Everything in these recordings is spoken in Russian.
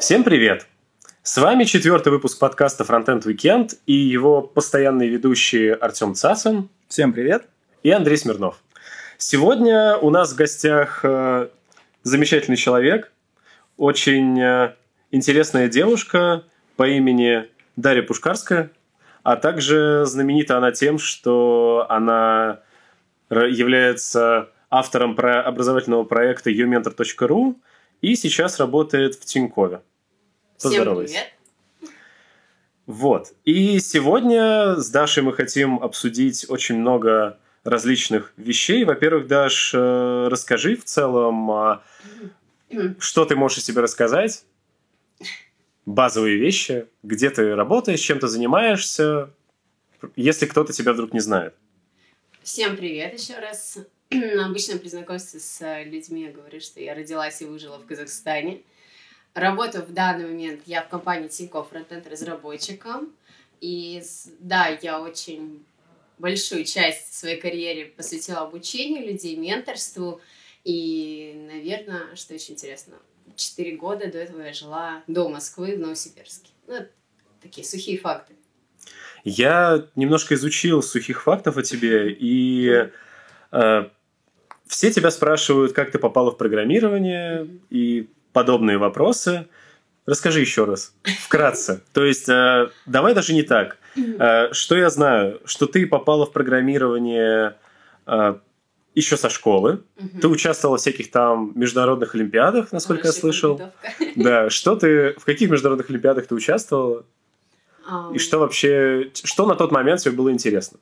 Всем привет! С вами 4-й выпуск подкаста Frontend Weekend и его постоянные ведущие Артем Цацин. Всем привет! И Андрей Смирнов. Сегодня у нас в гостях замечательный человек, очень интересная девушка по имени Дарья Пушкарская, а также знаменита она тем, что она является автором образовательного проекта youmentor.ru и сейчас работает в Тинькове. Поздоровайся. Всем привет. Вот. И сегодня с Дашей мы хотим обсудить очень много различных вещей. Во-первых, Даш, расскажи в целом, что ты можешь о себе рассказать. Базовые вещи. Где ты работаешь, чем ты занимаешься, если кто-то тебя вдруг не знает. Всем привет еще раз. Обычно при знакомстве с людьми я говорю, что я родилась и выжила в Казахстане. Работаю в данный момент я в компании Тинькофф фронтенд-разработчиком. И да, я очень большую часть своей карьеры посвятила обучению людей, менторству. И, наверное, что очень интересно, 4 года до этого я жила до Москвы в Новосибирске. Ну, такие сухие факты. Я немножко изучил сухих фактов о тебе, и все тебя спрашивают, как ты попала в программирование, и подобные вопросы. Расскажи еще раз, вкратце. То есть, давай даже не так. Что я знаю? Что ты попала в программирование еще со школы. Ты участвовала в всяких там международных олимпиадах, насколько я слышал. Да. В каких международных олимпиадах ты участвовала? И что вообще, что на тот момент тебе было интересно?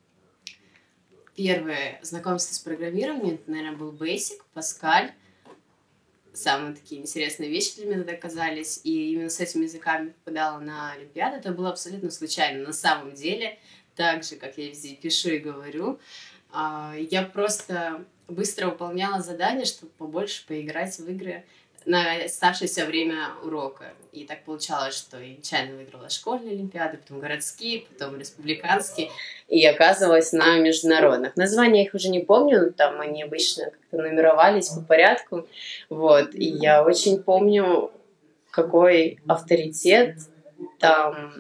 Первое знакомство с программированием, это, наверное, был Basic, Pascal. Самые такие интересные вещи для меня тогда оказались. И именно с этими языками попадала на олимпиаду. Это было абсолютно случайно. На самом деле, так же, как я везде пишу и говорю, я просто быстро выполняла задания, чтобы побольше поиграть в игры на оставшееся время урока. И так получалось, что я нечаянно выиграла школьные олимпиады, потом городские, потом республиканские. И оказывалась на международных. Названия их уже не помню, но там они обычно как-то нумеровались по порядку. Вот. И я очень помню, какой авторитет там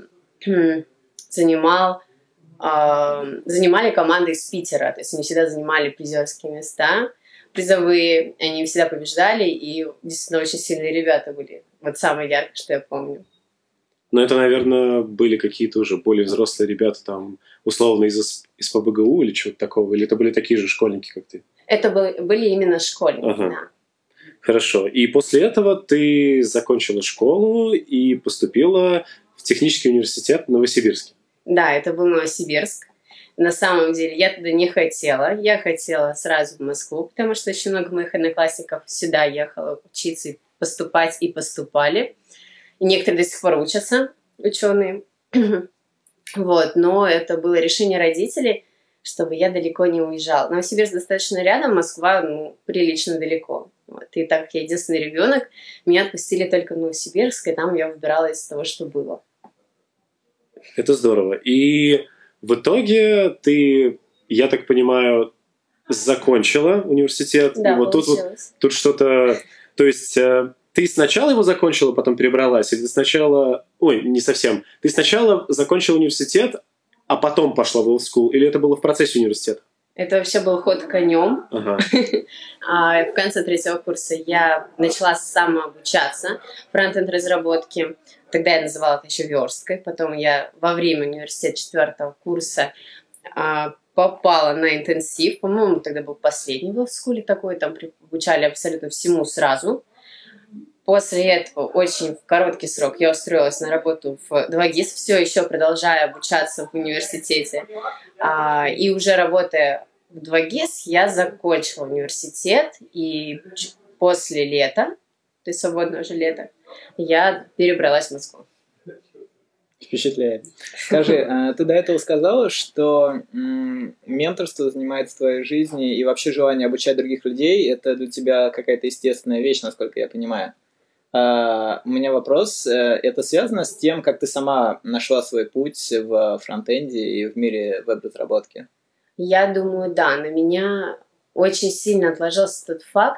занимали команды из Питера. То есть они всегда занимали призерские места. Призовые, они всегда побеждали, и действительно очень сильные ребята были. Вот самое яркое, что я помню. Ну, это, наверное, были какие-то уже более взрослые ребята, там, условно, из ПБГУ или чего-то такого? Или это были такие же школьники, как ты? Это были именно школьники, ага. Да. Хорошо. И после этого ты закончила школу и поступила в технический университет в Новосибирске. Да, это был Новосибирск. На самом деле я туда не хотела. Я хотела сразу в Москву, потому что очень много моих одноклассников сюда ехало учиться и поступать, и поступали. И некоторые до сих пор учатся, ученые. Вот. Но это было решение родителей, чтобы я далеко не уезжала. Новосибирск достаточно рядом, Москва прилично далеко. Вот. И так как я единственный ребенок, меня отпустили только в Новосибирск, и там я выбирала из того, что было. Это здорово. И в итоге ты, я так понимаю, закончила университет. Да, и вот тут что-то... То есть ты сначала его закончила, потом перебралась? Или ты сначала... Ой, не совсем. Ты сначала закончила университет, а потом пошла в school? Или это было в процессе университета? Это вообще был ход конем. Ага. В конце 3-го курса я начала самообучаться в фронтенд-разработке. Тогда я называла это еще версткой. Потом я во время университета 4-го курса попала на интенсив. По-моему, тогда был последний в школе такой. Там обучали абсолютно всему сразу. После этого очень в короткий срок я устроилась на работу в 2GIS, все еще продолжая обучаться в университете. И уже работая в 2GIS, я закончила университет, и после лета, то есть свободного же лета, я перебралась в Москву. Впечатляет. Скажи, ты до этого сказала, что менторство занимается в твоей жизни, и вообще желание обучать других людей – это для тебя какая-то естественная вещь, насколько я понимаю. У меня вопрос, это связано с тем, как ты сама нашла свой путь в фронтенде и в мире веб-разработки? Я думаю, да, на меня очень сильно отложился тот факт,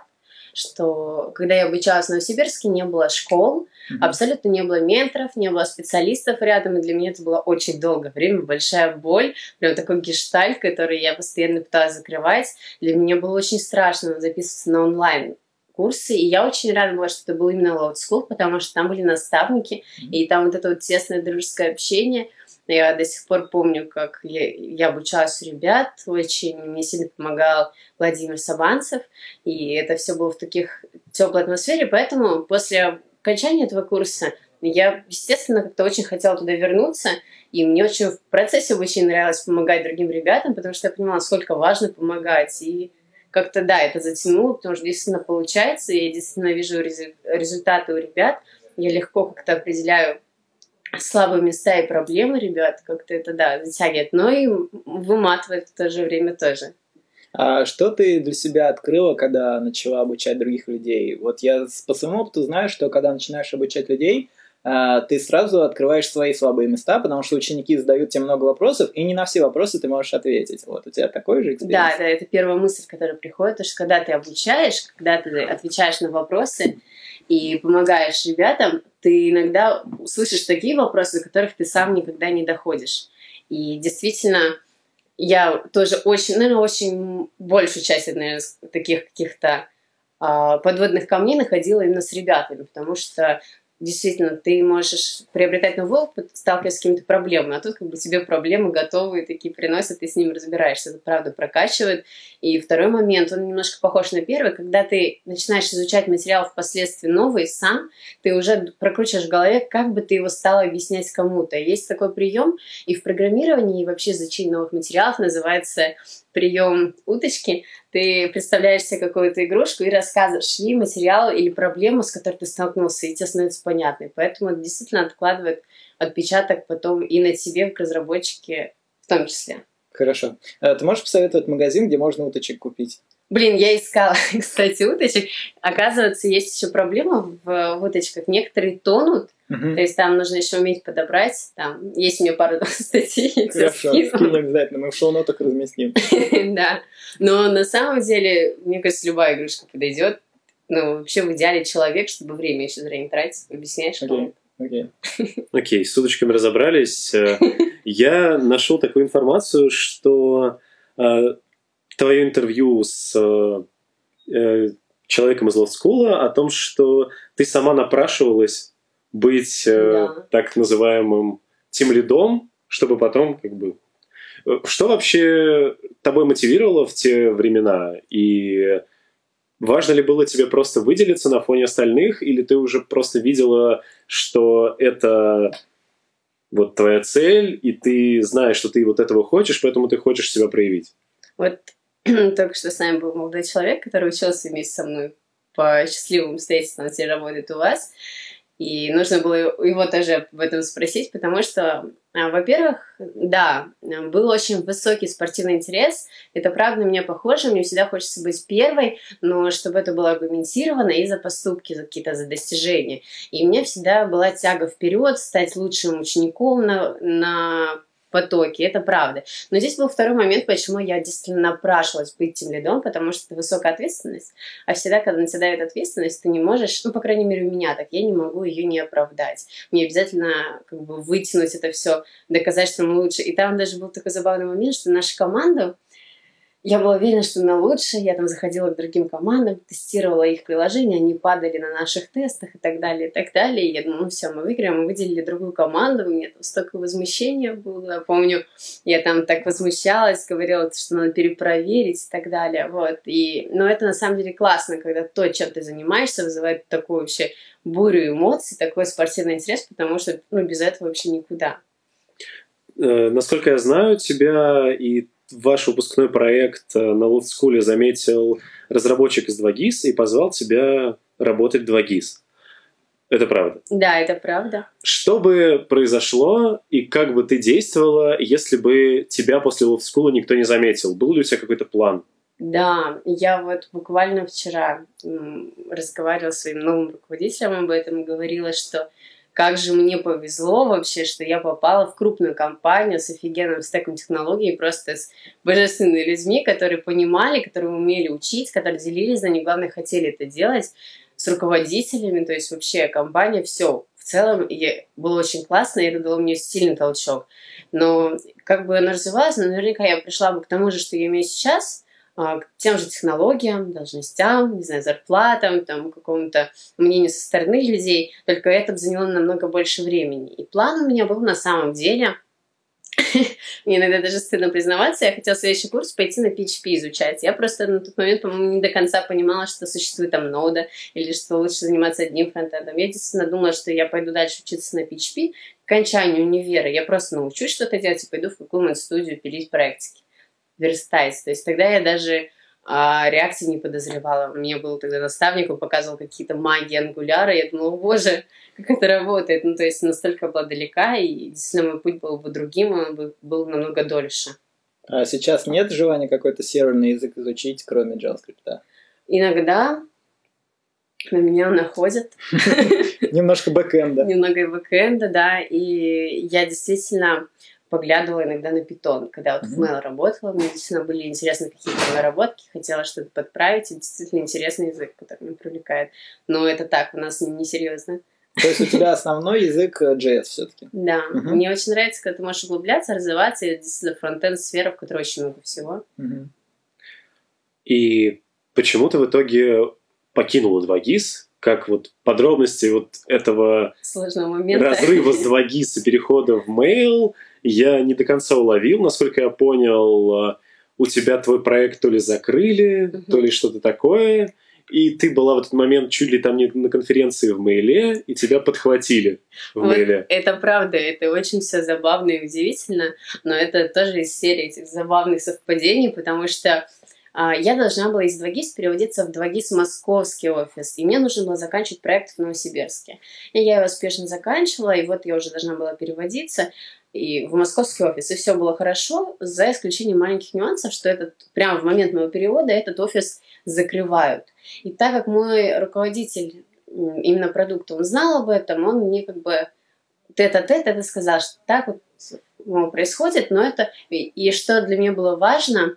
что когда я обучалась в Новосибирске, не было школ, абсолютно не было менторов, не было специалистов рядом, и для меня это было очень долгое время, большая боль, прям такой гештальт, который я постоянно пыталась закрывать. Для меня было очень страшно записываться на онлайн курсы, и я очень рада была, что это был именно Loud School, потому что там были наставники, и там вот это вот тесное дружеское общение. Я до сих пор помню, как я обучалась у ребят, очень мне сильно помогал Владимир Сабанцев, и это все было в таких теплой атмосфере, поэтому после окончания этого курса я, естественно, как-то очень хотела туда вернуться, и мне очень в процессе очень нравилось помогать другим ребятам, потому что я понимала, насколько важно помогать, и как-то, да, это затянуло, потому что действительно получается, и я действительно вижу результаты у ребят, я легко как-то определяю слабые места и проблемы ребят, как-то это, да, затягивает, но и выматывает в то же время тоже. А что ты для себя открыла, когда начала обучать других людей? Вот я по своему опыту знаю, что когда начинаешь обучать людей, ты сразу открываешь свои слабые места, потому что ученики задают тебе много вопросов, и не на все вопросы ты можешь ответить. Вот у тебя такой же экспириенс? Да, это первая мысль, которая приходит, то, что когда ты обучаешь, когда ты отвечаешь на вопросы и помогаешь ребятам, ты иногда слышишь такие вопросы, до которых ты сам никогда не доходишь. И действительно, я тоже очень, наверное, очень большую часть, наверное, таких каких-то подводных камней находила именно с ребятами, потому что действительно, ты можешь приобретать новый опыт, сталкиваясь с какими-то проблемами, а тут как бы тебе проблемы готовые такие приносят, ты с ними разбираешься, это правда прокачивает. И второй момент, он немножко похож на первый, когда ты начинаешь изучать материал впоследствии новый сам, ты уже прокручиваешь в голове, как бы ты его стала объяснять кому-то. Есть такой прием и в программировании, и вообще изучении новых материалов называется прием уточки. Ты представляешь себе какую-то игрушку и рассказываешь ей материал или проблему, с которой ты столкнулся, и тебе становится понятной. Поэтому это действительно откладывает отпечаток потом и на тебе, как разработчике в том числе. Хорошо. Ты можешь посоветовать магазин, где можно уточек купить? Блин, я искала, кстати, уточек. Оказывается, есть еще проблема в уточках. Некоторые тонут, то есть там нужно еще уметь подобрать. Там есть у меня пару статей. Хорошо, скинь обязательно, мы в шоу-нотах разместим. Да, но на самом деле, мне кажется, любая игрушка подойдет. Ну, вообще в идеале человек, чтобы время еще зря не тратить, объясняешь кому-то. Окей, с уточками разобрались. Я нашел такую информацию, что твое интервью с человеком из Love School о том, что ты сама напрашивалась быть так называемым тимлидом, чтобы потом как бы... Что вообще тобой мотивировало в те времена? И важно ли было тебе просто выделиться на фоне остальных, или ты уже просто видела, что это вот твоя цель, и ты знаешь, что ты вот этого хочешь, поэтому ты хочешь себя проявить? Вот только что с нами был молодой человек, который учился вместе со мной по счастливым обстоятельствам, он теперь работает у вас. И нужно было его тоже об этом спросить, потому что, во-первых, да, был очень высокий спортивный интерес. Это правда на меня похоже, мне всегда хочется быть первой, но чтобы это было аргументировано и за поступки, за какие-то за достижения. И у меня всегда была тяга вперед, стать лучшим учеником на потоке, это правда. Но здесь был второй момент, почему я действительно напрашивалась быть тимлидом, потому что это высокая ответственность, а всегда, когда на тебя дают ответственность, ты не можешь, ну, по крайней мере, у меня так, я не могу ее не оправдать. Мне обязательно как бы вытянуть это все, доказать, что мы лучше. И там даже был такой забавный момент, что наша команда, я была уверена, что она лучше, я там заходила к другим командам, тестировала их приложения, они падали на наших тестах и так далее, и так далее. И я думала, ну все, мы выиграем, мы выделили другую команду, у меня там столько возмущения было, я помню, я там так возмущалась, говорила, что надо перепроверить и так далее, вот. Но это на самом деле классно, когда то, чем ты занимаешься, вызывает такую вообще бурю эмоций, такой спортивный интерес, потому что, ну, без этого вообще никуда. Насколько я знаю, тебя и ваш выпускной проект на Love School заметил разработчик из 2GIS и позвал тебя работать в 2GIS. Это правда? Да, это правда. Что бы произошло и как бы ты действовала, если бы тебя после Love School никто не заметил? Был ли у тебя какой-то план? Да, я вот буквально вчера разговаривала с своим новым руководителем об этом и говорила, что как же мне повезло вообще, что я попала в крупную компанию с офигенным стеком технологий, просто с божественными людьми, которые понимали, которые умели учить, которые делились, знаниями, главное, хотели это делать, с руководителями, то есть вообще компания, все. В целом было очень классно, и это дало мне сильный толчок. Но как бы оно развивалось, но наверняка я пришла бы к тому же, что я имею сейчас, к тем же технологиям, должностям, не знаю, зарплатам, там, какому-то мнению со стороны людей, только это заняло намного больше времени. И план у меня был на самом деле, мне иногда даже стыдно признаваться, я хотела следующий курс пойти на PHP изучать. Я просто на тот момент, по-моему, не до конца понимала, что существует там нода, или что лучше заниматься одним фронтендом. Я действительно думала, что я пойду дальше учиться на PHP к окончанию универа. Я просто научусь что-то делать и пойду в какую-нибудь студию пилить практики, верстать. То есть тогда я даже реакции не подозревала. У меня был тогда наставник, он показывал какие-то магии ангуляра. Я думала, боже, как это работает. Ну, то есть настолько была далека, и действительно мой путь был бы другим, он бы был намного дольше. А сейчас нет желания какой-то серверный язык изучить, кроме JavaScript? Иногда на меня находят. Немножко бэкэнда. Немного бэкэнда, да. И я действительно поглядывала иногда на Python. Когда вот в Mail работала, мне действительно были интересны какие-то наработки, хотела что-то подправить, и действительно интересный язык, который меня привлекает. Но это так, у нас несерьезно. То есть у тебя основной язык JS все-таки? Да. Мне очень нравится, когда ты можешь углубляться, развиваться, и действительно фронтенд-сфера, в которой очень много всего. И почему ты в итоге покинула 2GIS? Как вот подробности вот этого сложного момента, разрыва с 2GIS и перехода в Mail я не до конца уловил. Насколько я понял, у тебя твой проект то ли закрыли, то ли что-то такое, и ты была в этот момент чуть ли там не на конференции в Мейле, и тебя подхватили в Мейле. Это правда, это очень все забавно и удивительно, но это тоже из серии этих забавных совпадений, потому что я должна была из 2GIS переводиться в 2GIS московский офис, и мне нужно было заканчивать проект в Новосибирске. И я его успешно заканчивала, и вот я уже должна была переводиться и в московский офис, и все было хорошо, за исключением маленьких нюансов, что прямо в момент моего перевода этот офис закрывают. И так как мой руководитель именно продукта, он знал об этом, он мне как бы тет-а-тет это сказал, что так вот происходит, но это... И что для меня было важно,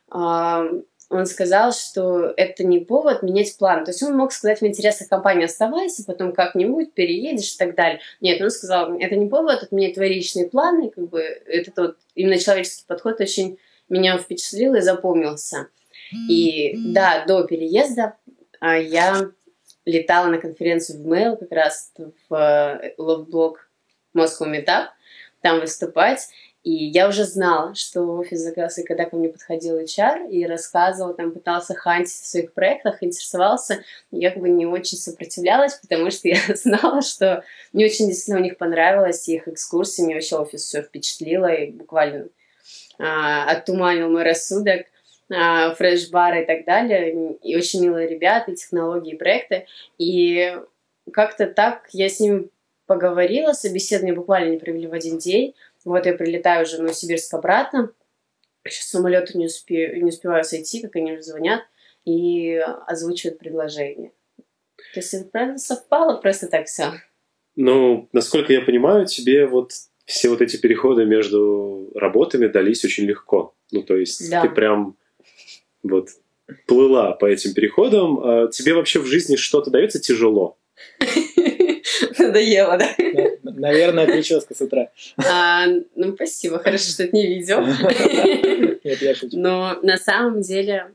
он сказал, что это не повод менять план. То есть он мог сказать, в интересах компании оставайся, потом как-нибудь переедешь и так далее. Нет, он сказал, это не повод отменять твои личные планы. Как бы этот вот именно человеческий подход очень меня впечатлил и запомнился. И да, до переезда я летала на конференцию в Mail, как раз в LoveBlog Moscow Meetup, там выступать. И я уже знала, что офис закрылся, когда ко мне подходил HR и рассказывал, там пытался хантить в своих проектах, интересовался. Я как бы не очень сопротивлялась, потому что я знала, что мне очень действительно у них понравилось, их экскурсии, мне вообще офис все впечатлило и буквально оттуманил мой рассудок, фреш-бары и так далее. И очень милые ребята, и технологии, и проекты. И как-то так я с ними поговорила, собеседование буквально не провели в один день. Вот я прилетаю уже в Новосибирск обратно. Сейчас самолету не успеваю сойти, как они уже звонят и озвучивают предложение. То есть это правильно совпало, просто так все. Ну, насколько я понимаю, тебе вот все вот эти переходы между работами дались очень легко. Ну, то есть ты прям вот плыла по этим переходам. Тебе вообще в жизни что-то дается тяжело? Надоело, да? Наверное, прическа с утра. Ну, спасибо, хорошо, что ты не видел. Нет, я шучу. Но на самом деле,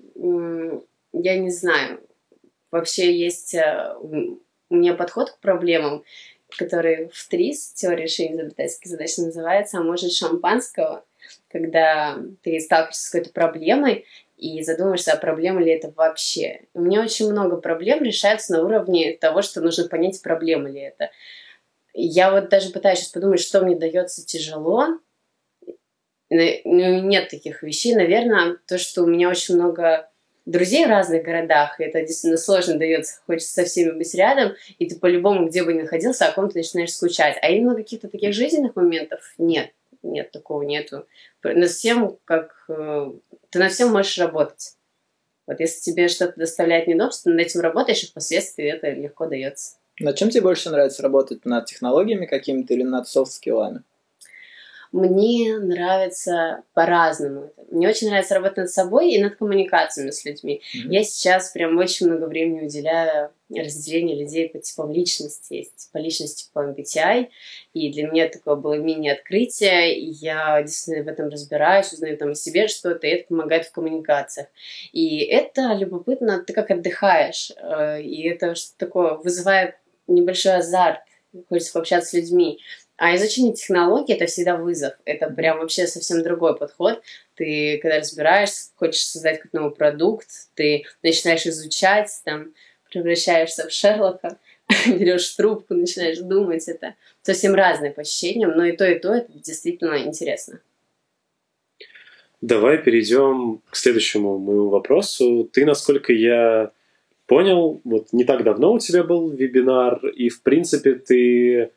я не знаю, вообще есть у меня подход к проблемам, который в ТРИЗ, теория решения изобретательских задач называется, а может шампанского, когда ты сталкиваешься с какой-то проблемой, и задумаешься, а проблема ли это вообще. У меня очень много проблем решаются на уровне того, что нужно понять, проблема ли это. Я вот даже пытаюсь сейчас подумать, что мне дается тяжело. Нет таких вещей. Наверное, то, что у меня очень много друзей в разных городах, и это действительно сложно дается, хочется со всеми быть рядом, и ты по-любому, где бы ни находился, о ком-то начинаешь скучать. А именно каких-то таких жизненных моментов нет. Нет, такого нету. На всем, ты на всем можешь работать. Вот если тебе что-то доставляет неудобство, ты над этим работаешь, и впоследствии это легко дается. Над чем тебе больше нравится работать? Над технологиями какими-то или над софт-скиллами? Мне нравится по-разному. Мне очень нравится работать над собой и над коммуникациями с людьми. Я сейчас прям очень много времени уделяю разделению людей по типам личности. Есть типа личности по MBTI, и для меня такое было мини-открытие, и я действительно в этом разбираюсь, узнаю там о себе что-то, и это помогает в коммуникациях. И это любопытно, ты как отдыхаешь, и это что-то такое вызывает небольшой азарт, хочется пообщаться с людьми. А изучение технологий — это всегда вызов. Это прям вообще совсем другой подход. Ты, когда разбираешься, хочешь создать какой-то новый продукт, ты начинаешь изучать, там, превращаешься в Шерлока, берешь трубку, начинаешь думать. Это совсем разные по ощущениям, но и то это действительно интересно. Давай перейдем к следующему моему вопросу. Ты, насколько я понял, вот не так давно у тебя был вебинар, и, в принципе, ты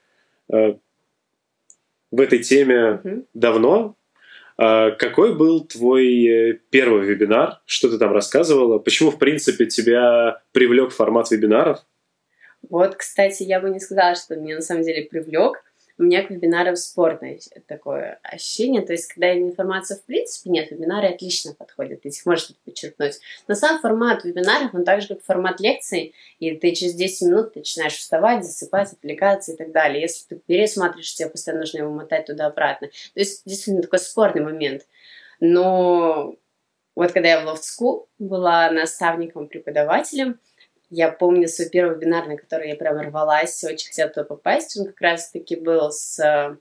в этой теме давно. Какой был твой первый вебинар? Что ты там рассказывала? Почему, в принципе, тебя привлек формат вебинаров? Вот, кстати, я бы не сказала, что меня на самом деле привлек. У меня к вебинарам спорное такое ощущение. То есть, когда информации в принципе нет, вебинары отлично подходят. Ты их можешь подчеркнуть. Но сам формат вебинаров, он так же, как формат лекций. И ты через 10 минут начинаешь вставать, засыпать, отвлекаться и так далее. Если ты пересматриваешь, тебе постоянно нужно его мотать туда-обратно. То есть, действительно, такой спорный момент. Но вот когда я в Loft School была наставником, преподавателем, я помню свой первый вебинар, на который я прям рвалась, очень хотела туда попасть. Он как раз-таки был с,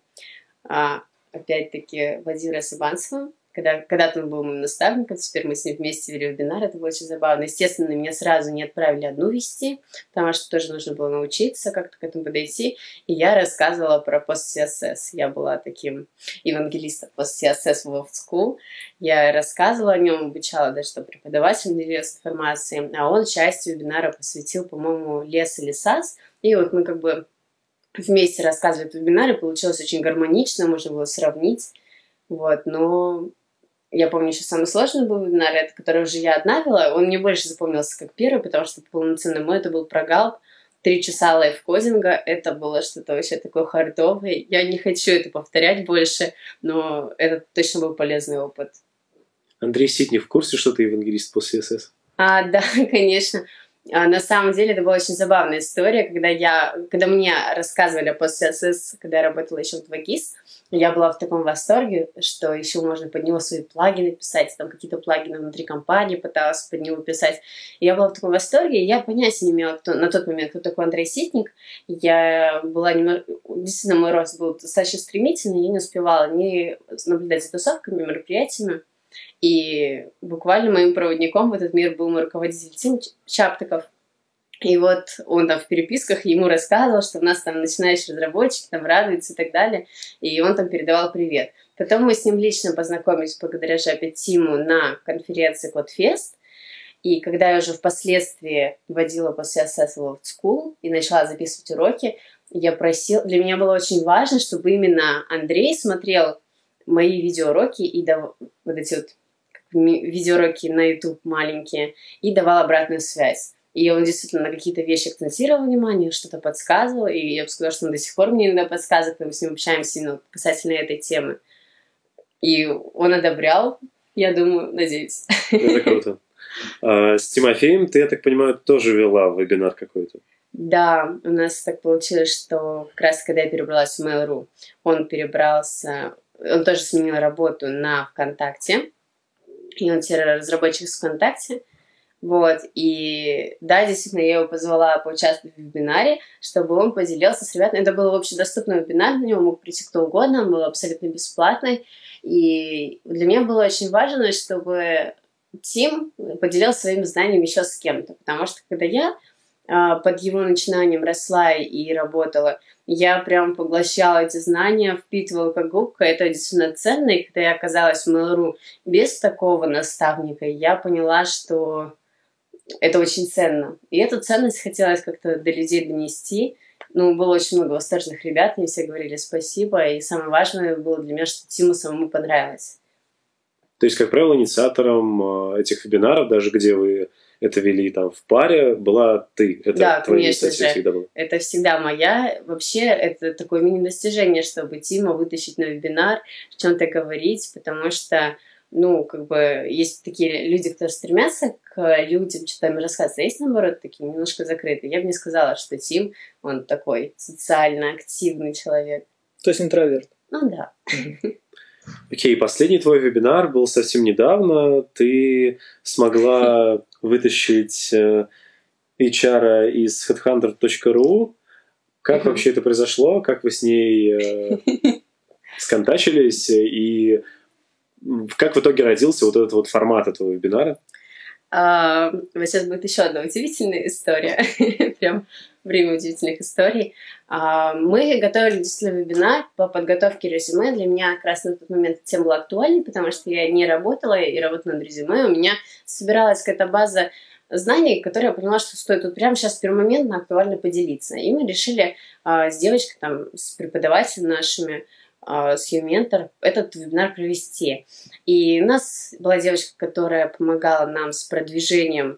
опять-таки, Владимиром Сабанцевым. Когда-то он был моим наставником, теперь мы с ним вместе вели вебинар, это было очень забавно. Естественно, меня сразу не отправили одну вести, потому что тоже нужно было научиться как-то к этому подойти. И я рассказывала про пост-CSS. Я была таким евангелистом пост-CSS в Loft School. Я рассказывала о нем, обучала даже что преподаватель делился информацией, а он часть вебинара посвятил, по-моему, лес или сас. И вот мы как бы вместе рассказывали в вебинаре, получилось очень гармонично, можно было сравнить. Вот, но я помню, еще самый сложный был вебинар, это который уже я одна вела. Он мне больше запомнился как первый, потому что полноценный мой это был прогал. 3 часа лайфкодинга, это было что-то вообще такое хардовое. Я не хочу это повторять больше, но это точно был полезный опыт. Андрей Ситник в курсе, что ты евангелист по CSS? Да, конечно. На самом деле это была очень забавная история, когда мне рассказывали по CSS, когда я работала еще в 2GIS, я была в таком восторге, что еще можно под него свои плагины писать, там какие-то плагины внутри компании пыталась под него писать. И я была в таком восторге, и я понятия не имела на тот момент, кто такой Андрей Ситник. Я была действительно, мой рост был достаточно стремительный, я не успевала ни наблюдать за тусовками, мероприятиями. И буквально моим проводником в этот мир был мой руководитель Тим Чаптыков. И вот он там в переписках ему рассказывал, что у нас там начинающие разработчики там радуются и так далее. И он там передавал привет. Потом мы с ним лично познакомились благодаря же опять Тиму на конференции CodeFest. И когда я уже впоследствии водила по CSS Loft School и начала записывать уроки, я просила... Для меня было очень важно, чтобы именно Андрей смотрел мои видеоуроки и вот эти вот видеоуроки на YouTube маленькие и давал обратную связь. И он действительно на какие-то вещи акцентировал внимание, что-то подсказывал, и я бы сказала, что он до сих пор мне иногда подсказывает, когда мы с ним общаемся именно касательно этой темы. И он одобрял, я думаю, надеюсь. Это круто. С Тимофеем ты, я так понимаю, тоже вела вебинар какой-то? Да, у нас так получилось, что как раз когда я перебралась в Mail.ru, он тоже сменил работу на ВКонтакте, и он теперь разработчик в ВКонтакте. Вот, и да, действительно, я его позвала поучаствовать в вебинаре, чтобы он поделился с ребятами. Это был общедоступный вебинар, на него мог прийти кто угодно, он был абсолютно бесплатный. И для меня было очень важно, чтобы Тим поделился своими знаниями еще с кем-то, потому что когда я под его начинанием росла и работала, я прям поглощала эти знания, впитывала как губка. Это действительно ценно. И когда я оказалась в Mail.ru без такого наставника, я поняла, что это очень ценно. И эту ценность хотелось как-то до людей донести. Было очень много восторженных ребят, мне все говорили спасибо. И самое важное было для меня, что Тиму самому понравилось. То есть, как правило, инициатором этих вебинаров, даже где вы это вели там в паре, была ты. Это Да, твоя конечно инициатива же. всегда была. Это всегда моя. Вообще, это такое мини-достижение, чтобы Тима вытащить на вебинар, о чем-то говорить, потому что, ну, как бы, есть такие люди, которые стремятся к людям, что-то им рассказывать, а есть, наоборот, такие немножко закрытые. Я бы не сказала, что Тим, он такой социально активный человек. То есть интроверт. Ну, да. Окей, последний твой вебинар был совсем недавно. Ты смогла вытащить HR из headhunter.ru. Как вообще это произошло? Как вы с ней сконтачились? И как в итоге родился вот этот вот формат этого вебинара? Вот сейчас будет еще одна удивительная история. Прям время удивительных историй. Мы готовили действительно вебинар по подготовке резюме. Для меня как раз на тот момент тема была актуальной, потому что я не работала и работала над резюме. У меня собиралась какая-то база знаний, которые я поняла, что стоит вот прямо сейчас в первый момент актуально поделиться. И мы решили с девочкой, там, с преподавателями нашими, с YouMentor этот вебинар провести. И у нас была девочка, которая помогала нам с продвижением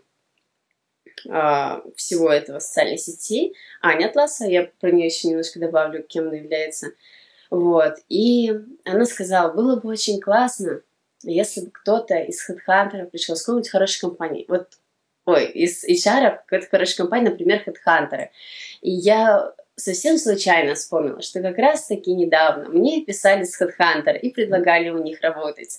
всего этого в социальной сети. Аня Атласа, я про нее еще немножко добавлю, кем она является. Вот. И она сказала, было бы очень классно, если бы кто-то из HeadHunter пришел с какой-нибудь хорошей компании. Вот, из HR какой-то хорошей компании, например, HeadHunter. И я совсем случайно вспомнила, что как раз-таки недавно мне писали с HeadHunter и предлагали у них работать.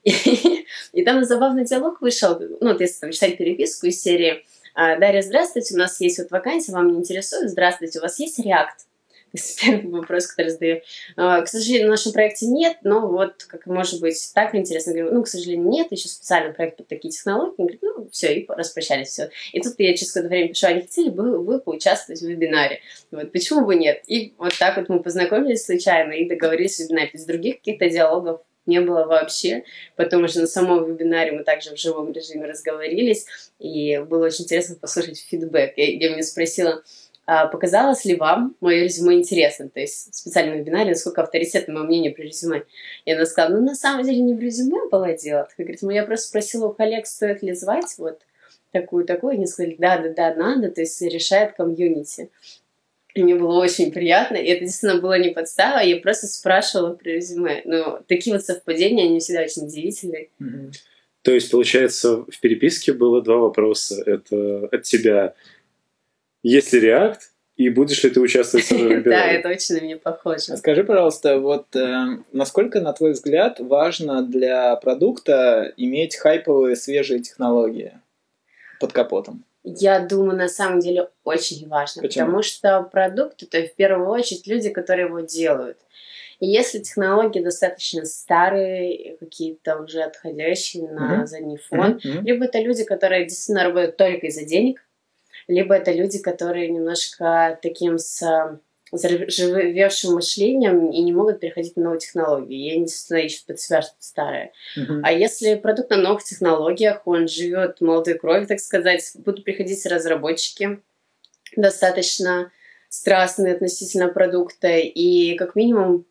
И там забавный диалог вышел, ну, вот если там читать переписку из серии «Дарья, здравствуйте, у нас есть вот вакансия, вам не интересует? Здравствуйте, у вас есть React?» То есть первый вопрос, который задаю. К сожалению, в нашем проекте нет, но вот, как может быть, так интересно. Говорю, ну, к сожалению, нет, еще специальный проект под такие технологии. Он говорит, ну, все, и распрощались, все. И тут я через какое-то время пишу, а не хотели бы вы поучаствовать в вебинаре? Вот, почему бы нет? И вот так вот мы познакомились случайно и договорились в вебинаре. То есть других каких-то диалогов не было вообще, потому что на самом вебинаре мы также в живом режиме разговорились, и было очень интересно послушать фидбэк. Я меня спросила, показалось ли вам мое резюме интересным? То есть в специальном вебинаре, насколько авторитетно мое мнение про резюме. И она сказала, ну, на самом деле не в резюме было дело. Она говорит, ну, я просто спросила у коллег, стоит ли звать вот такую-такую. И они сказали, да, надо, то есть решает комьюнити. И мне было очень приятно, и это действительно было не подстава, я просто спрашивала про резюме. Но такие вот совпадения, они всегда очень удивительные. То есть, получается, в переписке было два вопроса. Это от тебя... Есть ли React, и будешь ли ты участвовать в вебинаре? Да, это очень на меня похоже. Скажи, пожалуйста, вот насколько, на твой взгляд, важно для продукта иметь хайповые свежие технологии под капотом? Я думаю, на самом деле очень важно. Почему? Потому что продукт — это в первую очередь люди, которые его делают. И если технологии достаточно старые, какие-то уже отходящие на задний фон, либо это люди, которые действительно работают только из-за денег, либо это люди, которые немножко таким с заржавевшим мышлением и не могут переходить на новые технологии. И они действительно ищут под себя что-то старое. А если продукт на новых технологиях, он живет молодой кровью, так сказать, будут приходить разработчики достаточно страстные относительно продукта, и как минимум,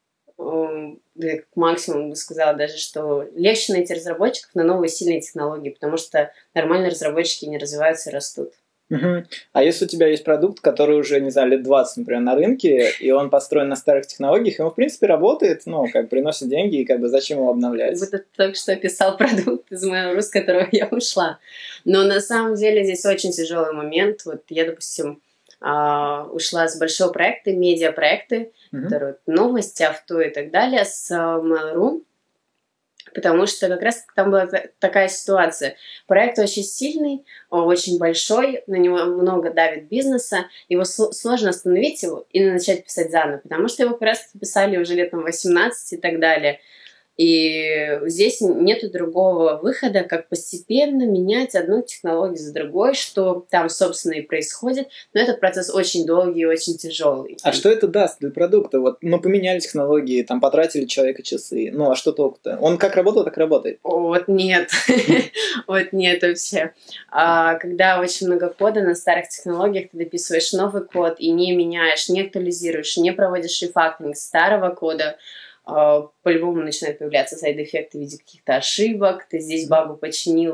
как максимум бы сказала даже, что легче найти разработчиков на новые сильные технологии, потому что нормальные разработчики не развиваются и растут. А если у тебя есть продукт, который уже, не знаю, лет 20, например, на рынке, и он построен на старых технологиях, и он, в принципе, работает, ну, как приносит деньги, и как бы зачем его обновлять? Вот это только что описал продукт из Mail.ru, с которого я ушла. Но на самом деле здесь очень тяжелый момент. Вот я, допустим, ушла с большого проекта, медиапроекты, которые новости, авто и так далее, с Mail.ru. Потому что как раз там была такая ситуация. Проект очень сильный, очень большой, на него много давит бизнеса, его сложно остановить его и начать писать заново, потому что его как раз писали уже лет 18 и так далее. И здесь нету другого выхода, как постепенно менять одну технологию за другой, что там, собственно, и происходит. Но этот процесс очень долгий и очень тяжелый. А что это даст для продукта? Вот мы поменяли технологии, там потратили человека часы. Ну, а что толку-то? Он как работал, так работает. Вот нет. Вот нет вообще. Когда очень много кода на старых технологиях, ты дописываешь новый код и не меняешь, не актуализируешь, не проводишь рефакторинг старого кода, по-любому начинают появляться сайд-эффекты в виде каких-то ошибок, ты здесь багу починил,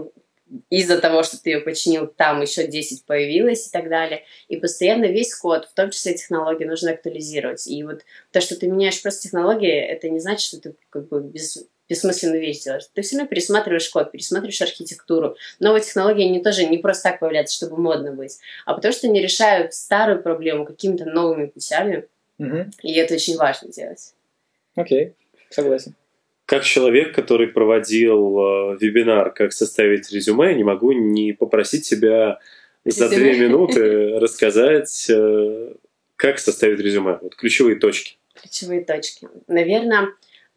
из-за того, что ты ее починил, там еще 10 появилось и так далее. И постоянно весь код, в том числе технологии, нужно актуализировать. И вот то, что ты меняешь просто технологии, это не значит, что ты как бы бессмысленную вещь делаешь. Ты все равно пересматриваешь код, пересматриваешь архитектуру. Новые технологии, они тоже не просто так появляются, чтобы модно быть, а потому что они решают старую проблему какими-то новыми путями. И это очень важно делать. Окей, согласен. Как человек, который проводил вебинар «Как составить резюме», не могу не попросить тебя за 2 минуты рассказать, как составить резюме. Вот ключевые точки. Ключевые точки. Наверное,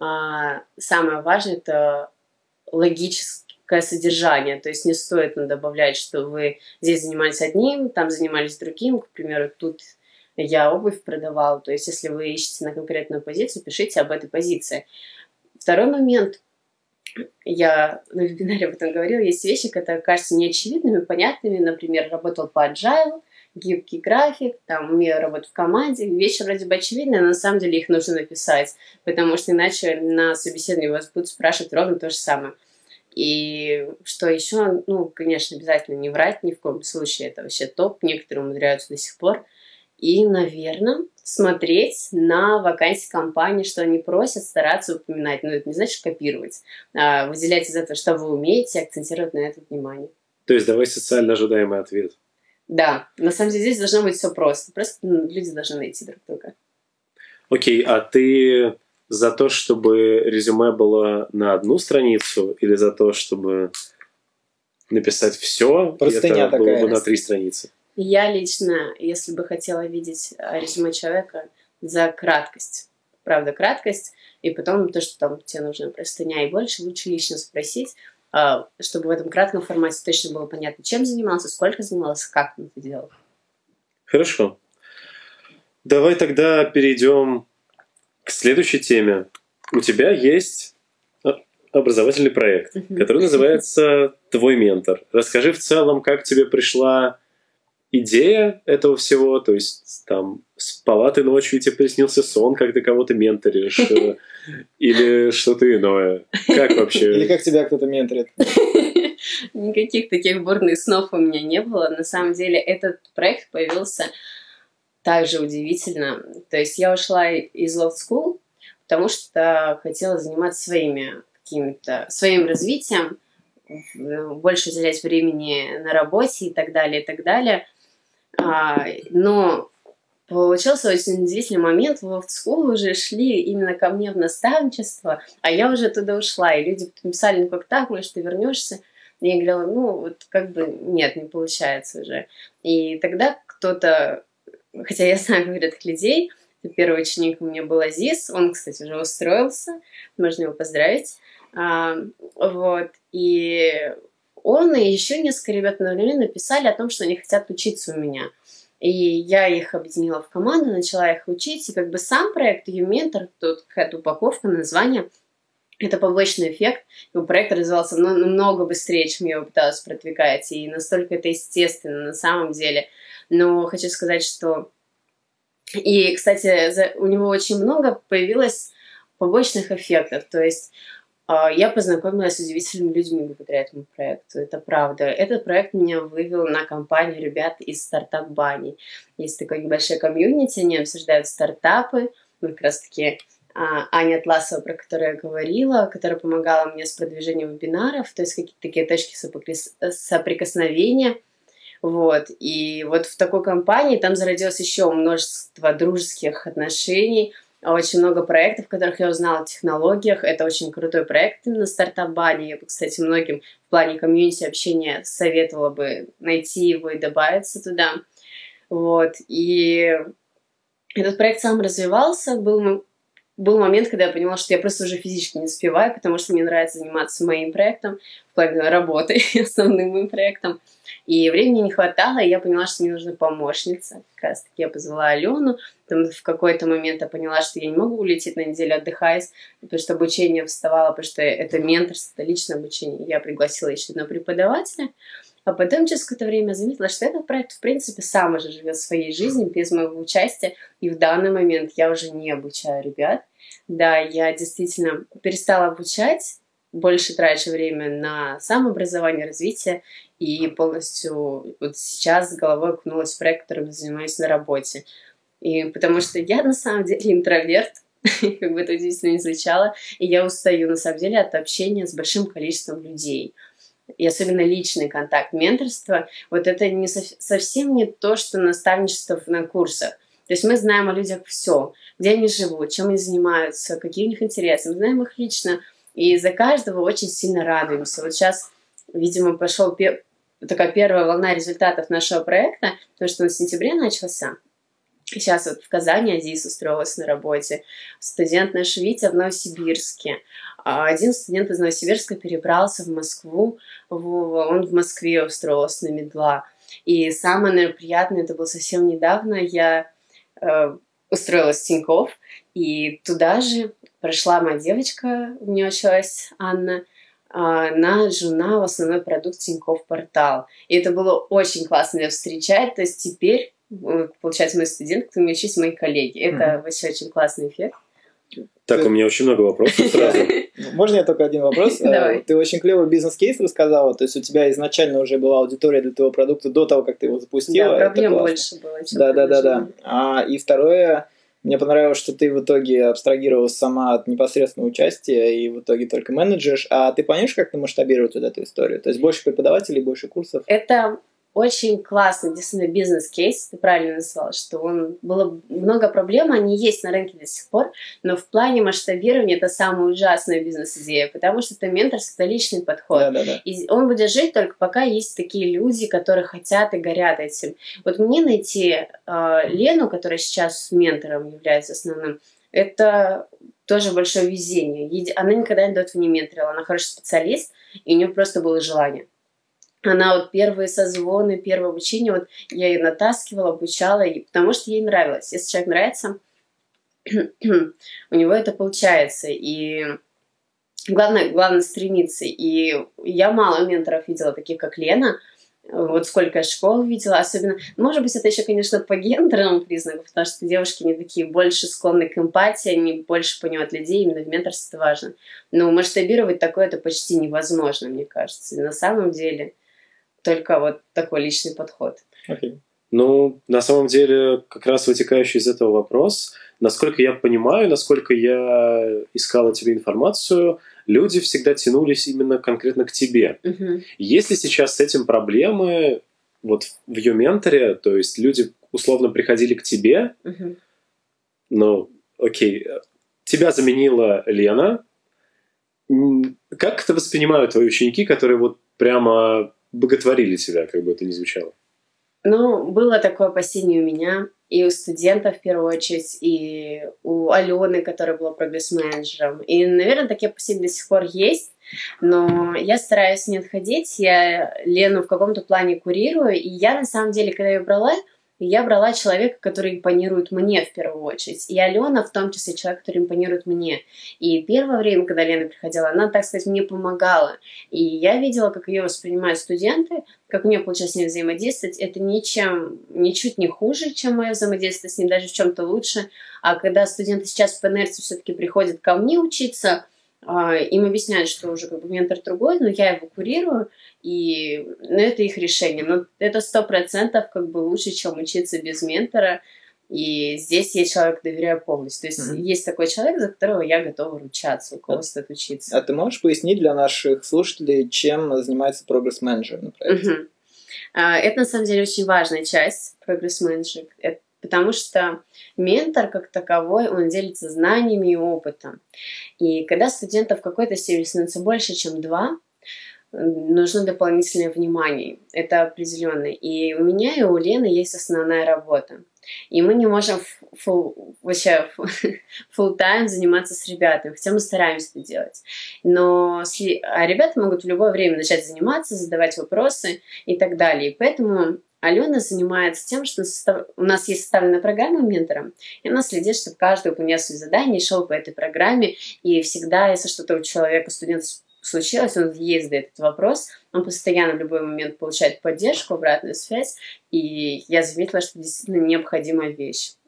самое важное – это логическое содержание. То есть не стоит добавлять, что вы здесь занимались одним, там занимались другим. К примеру, тут я обувь продавал. То есть если вы ищете на конкретную позицию, пишите об этой позиции. Второй момент, я на вебинаре об этом говорила, есть вещи, которые кажутся неочевидными, понятными. Например, работал по agile, гибкий график, там, умею работать в команде. Вещи вроде бы очевидные, но на самом деле их нужно написать, потому что иначе на собеседовании вас будут спрашивать ровно то же самое. И что еще, конечно, обязательно не врать ни в коем случае, это вообще топ, некоторые умудряются до сих пор. И, наверное, смотреть на вакансии компании, что они просят, стараться упоминать. Но это не значит копировать. Выделять из этого, что вы умеете, акцентировать на это внимание. То есть давай социально ожидаемый ответ. Да, на самом деле здесь должно быть все просто. Просто люди должны найти друг друга. Окей, а ты за то, чтобы резюме было на 1 страницу, или за то, чтобы написать все, и это было бы на 3 страницы? Я лично, если бы хотела видеть резюме человека, за краткость. Правда, краткость. И потом то, что там тебе нужна простыня и больше, лучше лично спросить, чтобы в этом кратком формате точно было понятно, чем занимался, сколько занимался, как он это делал. Хорошо. Давай тогда перейдем к следующей теме. У тебя есть образовательный проект, который называется «Твой ментор». Расскажи в целом, как тебе пришла идея этого всего, то есть там спала ты ночью, и тебе приснился сон, как ты кого-то менторишь, или что-то иное. Как вообще? Или как тебя кто-то менторит? Никаких таких бурных снов у меня не было. На самом деле этот проект появился также удивительно. То есть я ушла из Loft School, потому что хотела заниматься своим развитием, больше уделять времени на работе и так далее, и так далее. Но получился очень удивительный момент. В Loft School уже шли именно ко мне в наставничество, а я уже туда ушла. И люди писали, как так, может, ты вернешься? И я говорила, нет, не получается уже. И тогда кто-то, хотя я знаю, говорят, людей, первый ученик у меня был Азиз, он, кстати, уже устроился, можно его поздравить. И он и еще несколько ребят одновременно написали о том, что они хотят учиться у меня. И я их объединила в команду, начала их учить. И сам проект ее ментор, тут какая-то упаковка, название, это побочный эффект. Его проект развивался намного быстрее, чем я его пыталась продвигать. И настолько это естественно на самом деле. Но хочу сказать, что... И, кстати, у него очень много появилось побочных эффектов. То есть я познакомилась с удивительными людьми благодаря этому проекту. Это правда. Этот проект меня вывел на компанию ребят из Startup Bunny. Есть такое небольшое комьюнити, они обсуждают стартапы. Как раз-таки Аня Атласова, про которую я говорила, которая помогала мне с продвижением вебинаров, то есть какие-то такие точки соприкосновения. И в такой компании там зародилось еще множество дружеских отношений, очень много проектов, в которых я узнала о технологиях. Это очень крутой проект именно Startup Bunny. Я бы, кстати, многим в плане комьюнити общения советовала бы найти его и добавиться туда. И этот проект сам развивался. Был момент, когда я поняла, что я просто уже физически не успеваю, потому что мне нравится заниматься моим проектом, в плане работы, основным моим проектом. И времени не хватало, и я поняла, что мне нужна помощница. Как раз таки я позвала Алену. Там в какой-то момент я поняла, что я не могу улететь на неделю отдыхать, потому что обучение вставало, потому что это менторство, это личное обучение. Я пригласила еще одного преподавателя. А потом через какое-то время заметила, что этот проект, в принципе, сам уже живет своей жизнью без моего участия. И в данный момент я уже не обучаю ребят. Да, я действительно перестала обучать больше трачу время на самообразование, развитие, и полностью вот сейчас с головой окунулась в проект, которым занимаюсь на работе. И потому что я на самом деле интроверт, как бы это удивительно не звучало, и я устаю на самом деле от общения с большим количеством людей. И особенно личный контакт, менторство, вот это не совсем не то, что наставничество на курсах. То есть мы знаем о людях все, где они живут, чем они занимаются, какие у них интересы, мы знаем их лично, и за каждого очень сильно радуемся. Вот сейчас, видимо, пошла такая первая волна результатов нашего проекта, потому что он в сентябре начался. Сейчас вот в Казани Азис устроилась на работе, студент наш Витя в Новосибирске. Один студент из Новосибирска перебрался в Москву, он в Москве устроился на Медла. И самое, наверное, приятное, это было совсем недавно, я устроилась в Тинькофф, и туда же прошла моя девочка, у нее училась Анна, на журнал «Основной продукт Тинькофф Портал». И это было очень классно ее встречать, то есть теперь получается, мой студент, кто мне учится, мои коллеги. Это вообще очень классный эффект. Так, у меня очень много вопросов сразу. Можно я только один вопрос? Давай. Ты очень клевый бизнес-кейс рассказала, то есть у тебя изначально уже была аудитория для твоего продукта до того, как ты его запустила. Да, проблем больше было, чем Да. И второе, мне понравилось, что ты в итоге абстрагировалась сама от непосредственного участия и в итоге только менеджеришь. А ты планируешь как-то масштабировать вот эту историю? То есть больше преподавателей, больше курсов? Это очень классный, действительно, бизнес-кейс, ты правильно назвала, что было много проблем, они есть на рынке до сих пор, но в плане масштабирования это самая ужасная бизнес-идея, потому что это менторство, это личный подход. Да. И он будет жить только пока есть такие люди, которые хотят и горят этим. Вот мне найти Лену, которая сейчас ментором является основным, это тоже большое везение. Она никогда не до этого не менторила, она хороший специалист, и у нее просто было желание. Она вот первые созвоны, первое обучение, вот я ее натаскивала, обучала, потому что ей нравилось. Если человек нравится, у него это получается. И главное стремиться. И я мало менторов видела, таких как Лена. Вот сколько я школ видела, особенно, может быть, это еще, конечно, по гендерному признаку, потому что девушки не такие больше склонны к эмпатии, они больше понимают людей, именно в менторстве это важно. Но масштабировать такое это почти невозможно, мне кажется. И на самом деле только вот такой личный подход. Okay. Ну, на самом деле, как раз вытекающий из этого вопрос, насколько я понимаю, насколько я искала тебе информацию, люди всегда тянулись именно конкретно к тебе. Uh-huh. Есть ли сейчас с этим проблемы вот в ее менторе, то есть люди условно приходили к тебе, uh-huh. Ну, окей, тебя заменила Лена, как это воспринимают твои ученики, которые вот прямо боготворили тебя, как бы это ни звучало? Ну, было такое опасение у меня, и у студентов в первую очередь, и у Алены, которая была прогресс-менеджером. И, наверное, такие опасения до сих пор есть, но я стараюсь не отходить, я Лену в каком-то плане курирую, и я, на самом деле, когда ее брала, я брала человека, который импонирует мне в первую очередь. И Алена, в том числе, человек, который импонирует мне. И первое время, когда Лена приходила, она, так сказать, мне помогала. И я видела, как ее воспринимают студенты, как у нее получилось с ней взаимодействовать. Это ничуть не хуже, чем мое взаимодействие с ней, даже в чем-то лучше. А когда студенты сейчас по инерции все-таки приходят ко мне учиться, им объясняют, что уже как бы ментор другой, но я его курирую, и это их решение. Но это 100% как бы лучше, чем учиться без ментора. И здесь я человеку доверяю полностью. То есть есть такой человек, за которого я готова ручаться, у кого стоит учиться. А ты можешь пояснить для наших слушателей, чем занимается прогресс-менеджер на проекте? Это на самом деле очень важная часть прогресс-менеджера. Потому что ментор, как таковой, он делится знаниями и опытом. И когда студентов в какой-то степени становится больше, чем 2, нужно дополнительное внимание. Это определенно. И у меня и у Лены есть основная работа. И мы не можем full-time заниматься с ребятами, хотя мы стараемся это делать. А ребята могут в любое время начать заниматься, задавать вопросы и так далее. И поэтому Алена занимается тем, что у нас есть составленная программа ментором, и она следит, чтобы каждый выполнял свои задания и шел по этой программе. И всегда, если что-то у человека, студента случилось, он ей задает этот вопрос, он постоянно в любой момент получает поддержку, обратную связь, и я заметила, что это действительно необходимая вещь.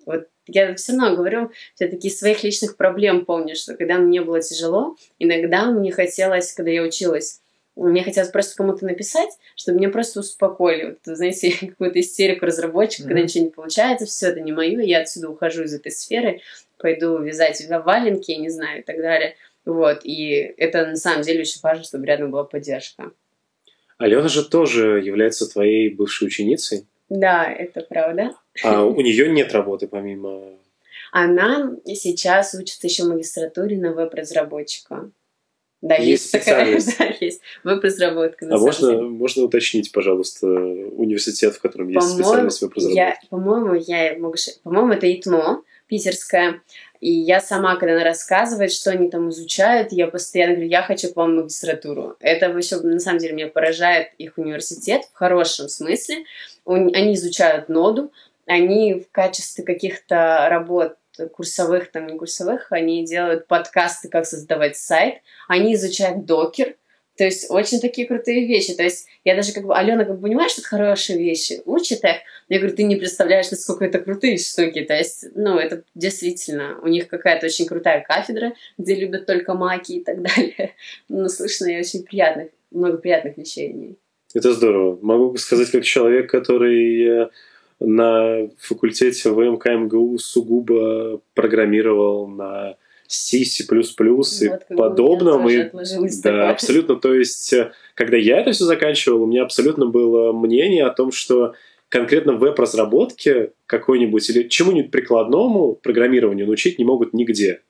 Вот я все равно говорю, все-таки из своих личных проблем помню, что когда мне было тяжело, иногда мне хотелось, когда я училась, мне хотелось просто кому-то написать, чтобы меня просто успокоили. Вот, знаете, какую-то истерику разработчика, когда ничего не получается, все это не мое, я отсюда ухожу из этой сферы, пойду вязать валенки, я не знаю, и так далее. Вот, и это на самом деле очень важно, чтобы рядом была поддержка. Алена же тоже является твоей бывшей ученицей. Да, это правда. А у нее нет работы помимо... Она сейчас учится еще в магистратуре на веб-разработчика. Да, есть такая, да, есть веб-разработка. Можно уточнить, пожалуйста, университет, в котором есть специальность веб-разработки? По-моему, это ИТМО, питерская. И я сама, когда она рассказывает, что они там изучают, я постоянно говорю, я хочу к вам в магистратуру. Это вообще, на самом деле, меня поражает их университет в хорошем смысле. Они изучают ноду, они в качестве каких-то работ курсовых, там не курсовых, они делают подкасты, как создавать сайт, они изучают докер, то есть очень такие крутые вещи. То есть я даже Алена понимает, что это хорошие вещи, учит их. Я говорю, ты не представляешь, насколько это крутые штуки. То есть, это действительно, у них какая-то очень крутая кафедра, где любят только маки и так далее. Слышно и очень много приятных вещей в ней. Это здорово. Могу сказать, как человек, который на факультете ВМК МГУ сугубо программировал на C, C++ и подобном. Да, абсолютно. То есть, когда я это все заканчивал, у меня абсолютно было мнение о том, что конкретно в веб-разработке какой-нибудь или чему-нибудь прикладному программированию научить не могут нигде.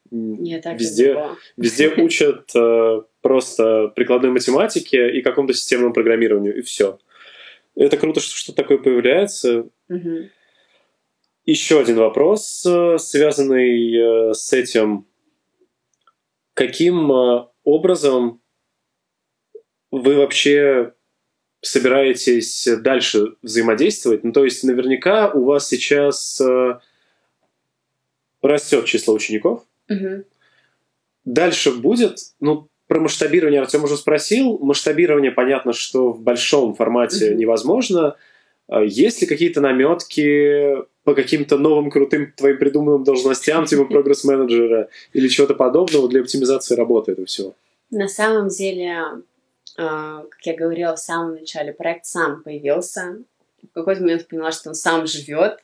Везде учат просто прикладной математике и какому-то системному программированию, и все. Это круто, что что-то такое появляется. Угу. Еще один вопрос, связанный с этим. Каким образом вы вообще собираетесь дальше взаимодействовать? То есть, наверняка у вас сейчас растет число учеников. Угу. Дальше будет... Про масштабирование Артем уже спросил. Масштабирование, понятно, что в большом формате невозможно. Есть ли какие-то наметки по каким-то новым крутым твоим придуманным должностям, типа прогресс-менеджера или чего-то подобного для оптимизации работы этого всего? На самом деле, как я говорила в самом начале, проект сам появился. В какой-то момент поняла, что он сам живет.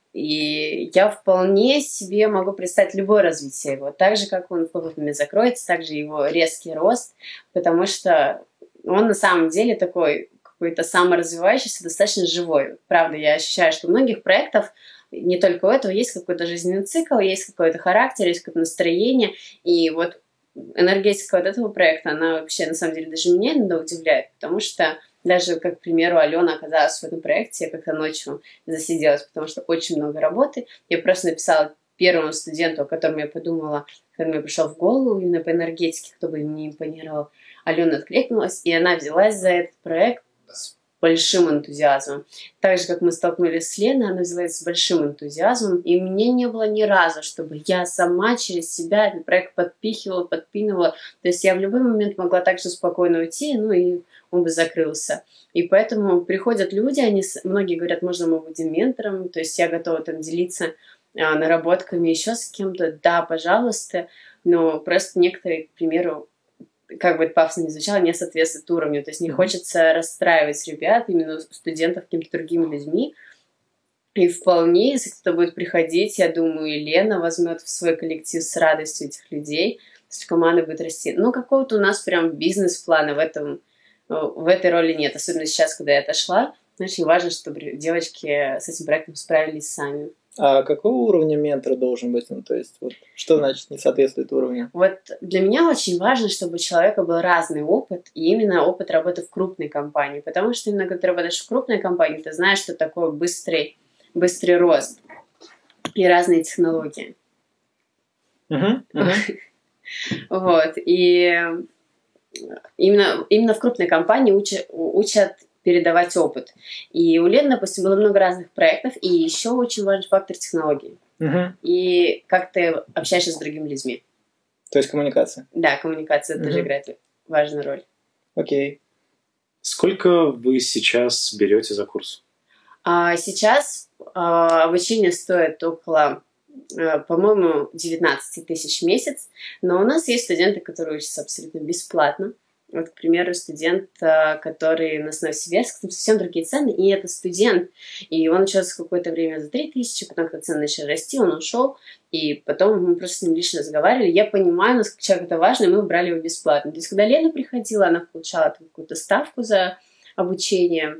И я вполне себе могу представить любое развитие его. Так же, как он в какой-то момент закроется, так же его резкий рост, потому что он на самом деле такой какой-то саморазвивающийся, достаточно живой. Правда, я ощущаю, что у многих проектов, не только у этого, есть какой-то жизненный цикл, есть какой-то характер, есть какое-то настроение. И вот энергетика вот этого проекта, она вообще, на самом деле, даже меня иногда удивляет, потому что даже, как, к примеру, Алена оказалась в этом проекте, я как-то ночью засиделась, потому что очень много работы. Я просто написала первому студенту, о котором я подумала, когда мне пришел в голову, именно по энергетике, кто бы мне импонировал. Алена откликнулась, и она взялась за этот проект с большим энтузиазмом. Так же, как мы столкнулись с Леной, она взялась с большим энтузиазмом, и мне не было ни разу, чтобы я сама через себя этот проект подпихивала, подпинывала. То есть я в любой момент могла также спокойно уйти, и он бы закрылся. И поэтому приходят люди, многие говорят, можно мы будем ментором, то есть я готова там делиться наработками еще с кем-то. Да, пожалуйста, но просто некоторые, к примеру, как бы это пафосно не звучало, не соответствует уровню. То есть не хочется расстраивать ребят, именно студентов, какими-то другими людьми. И вполне, если кто-то будет приходить, я думаю, и Лена возьмет в свой коллектив с радостью этих людей, то есть команда будет расти. Какого-то у нас прям бизнес-плана в этой роли нет. Особенно сейчас, когда я отошла, очень важно, чтобы девочки с этим проектом справились сами. А какого уровня ментор должен быть? То есть, что значит не соответствует уровню? Для меня очень важно, чтобы у человека был разный опыт, и именно опыт работы в крупной компании. Потому что именно когда ты работаешь в крупной компании, ты знаешь, что такое быстрый рост и разные технологии. И именно в крупной компании учат передавать опыт. И у Лены, допустим, было много разных проектов, и еще очень важный фактор технологий. И как ты общаешься с другими людьми. То есть коммуникация. Да, коммуникация тоже играет важную роль. Окей. Сколько вы сейчас берете за курс? Сейчас обучение стоит около, по-моему, 19 тысяч в месяц, но у нас есть студенты, которые учатся абсолютно бесплатно. Вот, к примеру, студент, который на Новосибирск, там совсем другие цены, и это студент, и он учился какое-то время за 3000, потом, когда цены начали расти, он ушел, и потом мы просто с ним лично разговаривали. Я понимаю, насколько человеку это важно, и мы брали его бесплатно. То есть, когда Лена приходила, она получала какую-то ставку за обучение,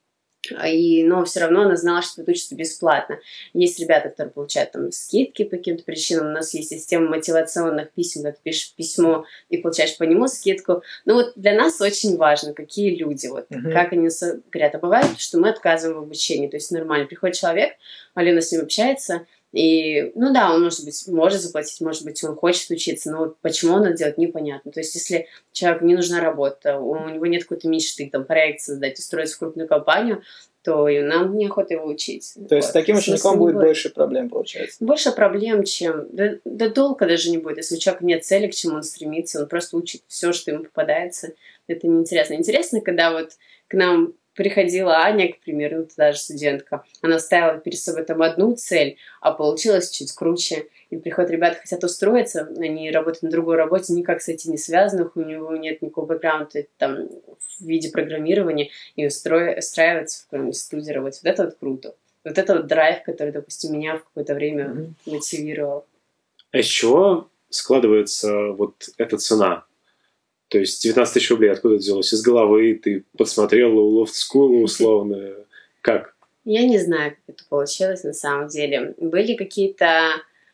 но все равно она знала, что это учится бесплатно. Есть ребята, которые получают там скидки по каким-то причинам. У нас есть система мотивационных писем, когда ты пишешь письмо и получаешь по нему скидку. Но вот для нас очень важно, какие люди, вот, как они говорят. А бывает, что мы отказываем в обучении. То есть нормально. Приходит человек, Алена с ним общается, и, ну да, он, может заплатить, может быть, он хочет учиться, но вот почему он это делает, непонятно. То есть, если человеку не нужна работа, у него нет какой-то мечты, там, проект создать, устроиться в крупную компанию, то и нам неохота его учить. То есть, с таким учеником будет больше проблем, получается? Больше проблем, чем... Да толка даже не будет. Если у человека нет цели, к чему он стремится, он просто учит все, что ему попадается. Это неинтересно. Интересно, когда вот к нам приходила Аня, к примеру, та же студентка, она ставила перед собой там одну цель, а получилось чуть круче. И приходят ребята, хотят устроиться, они работают на другой работе, никак с этим не связанных, у него нет никакого бэкграунда там, в виде программирования, и устраиваться в какой-нибудь студии работать. Вот это вот круто. Вот это вот драйв, который, допустим, меня в какое-то время мотивировал. А из чего складывается вот эта цена? То есть 19 тысяч рублей откуда взялось? Из головы ты посмотрела у Loft School условно? Как? Я не знаю, как это получилось на самом деле. Были какие-то...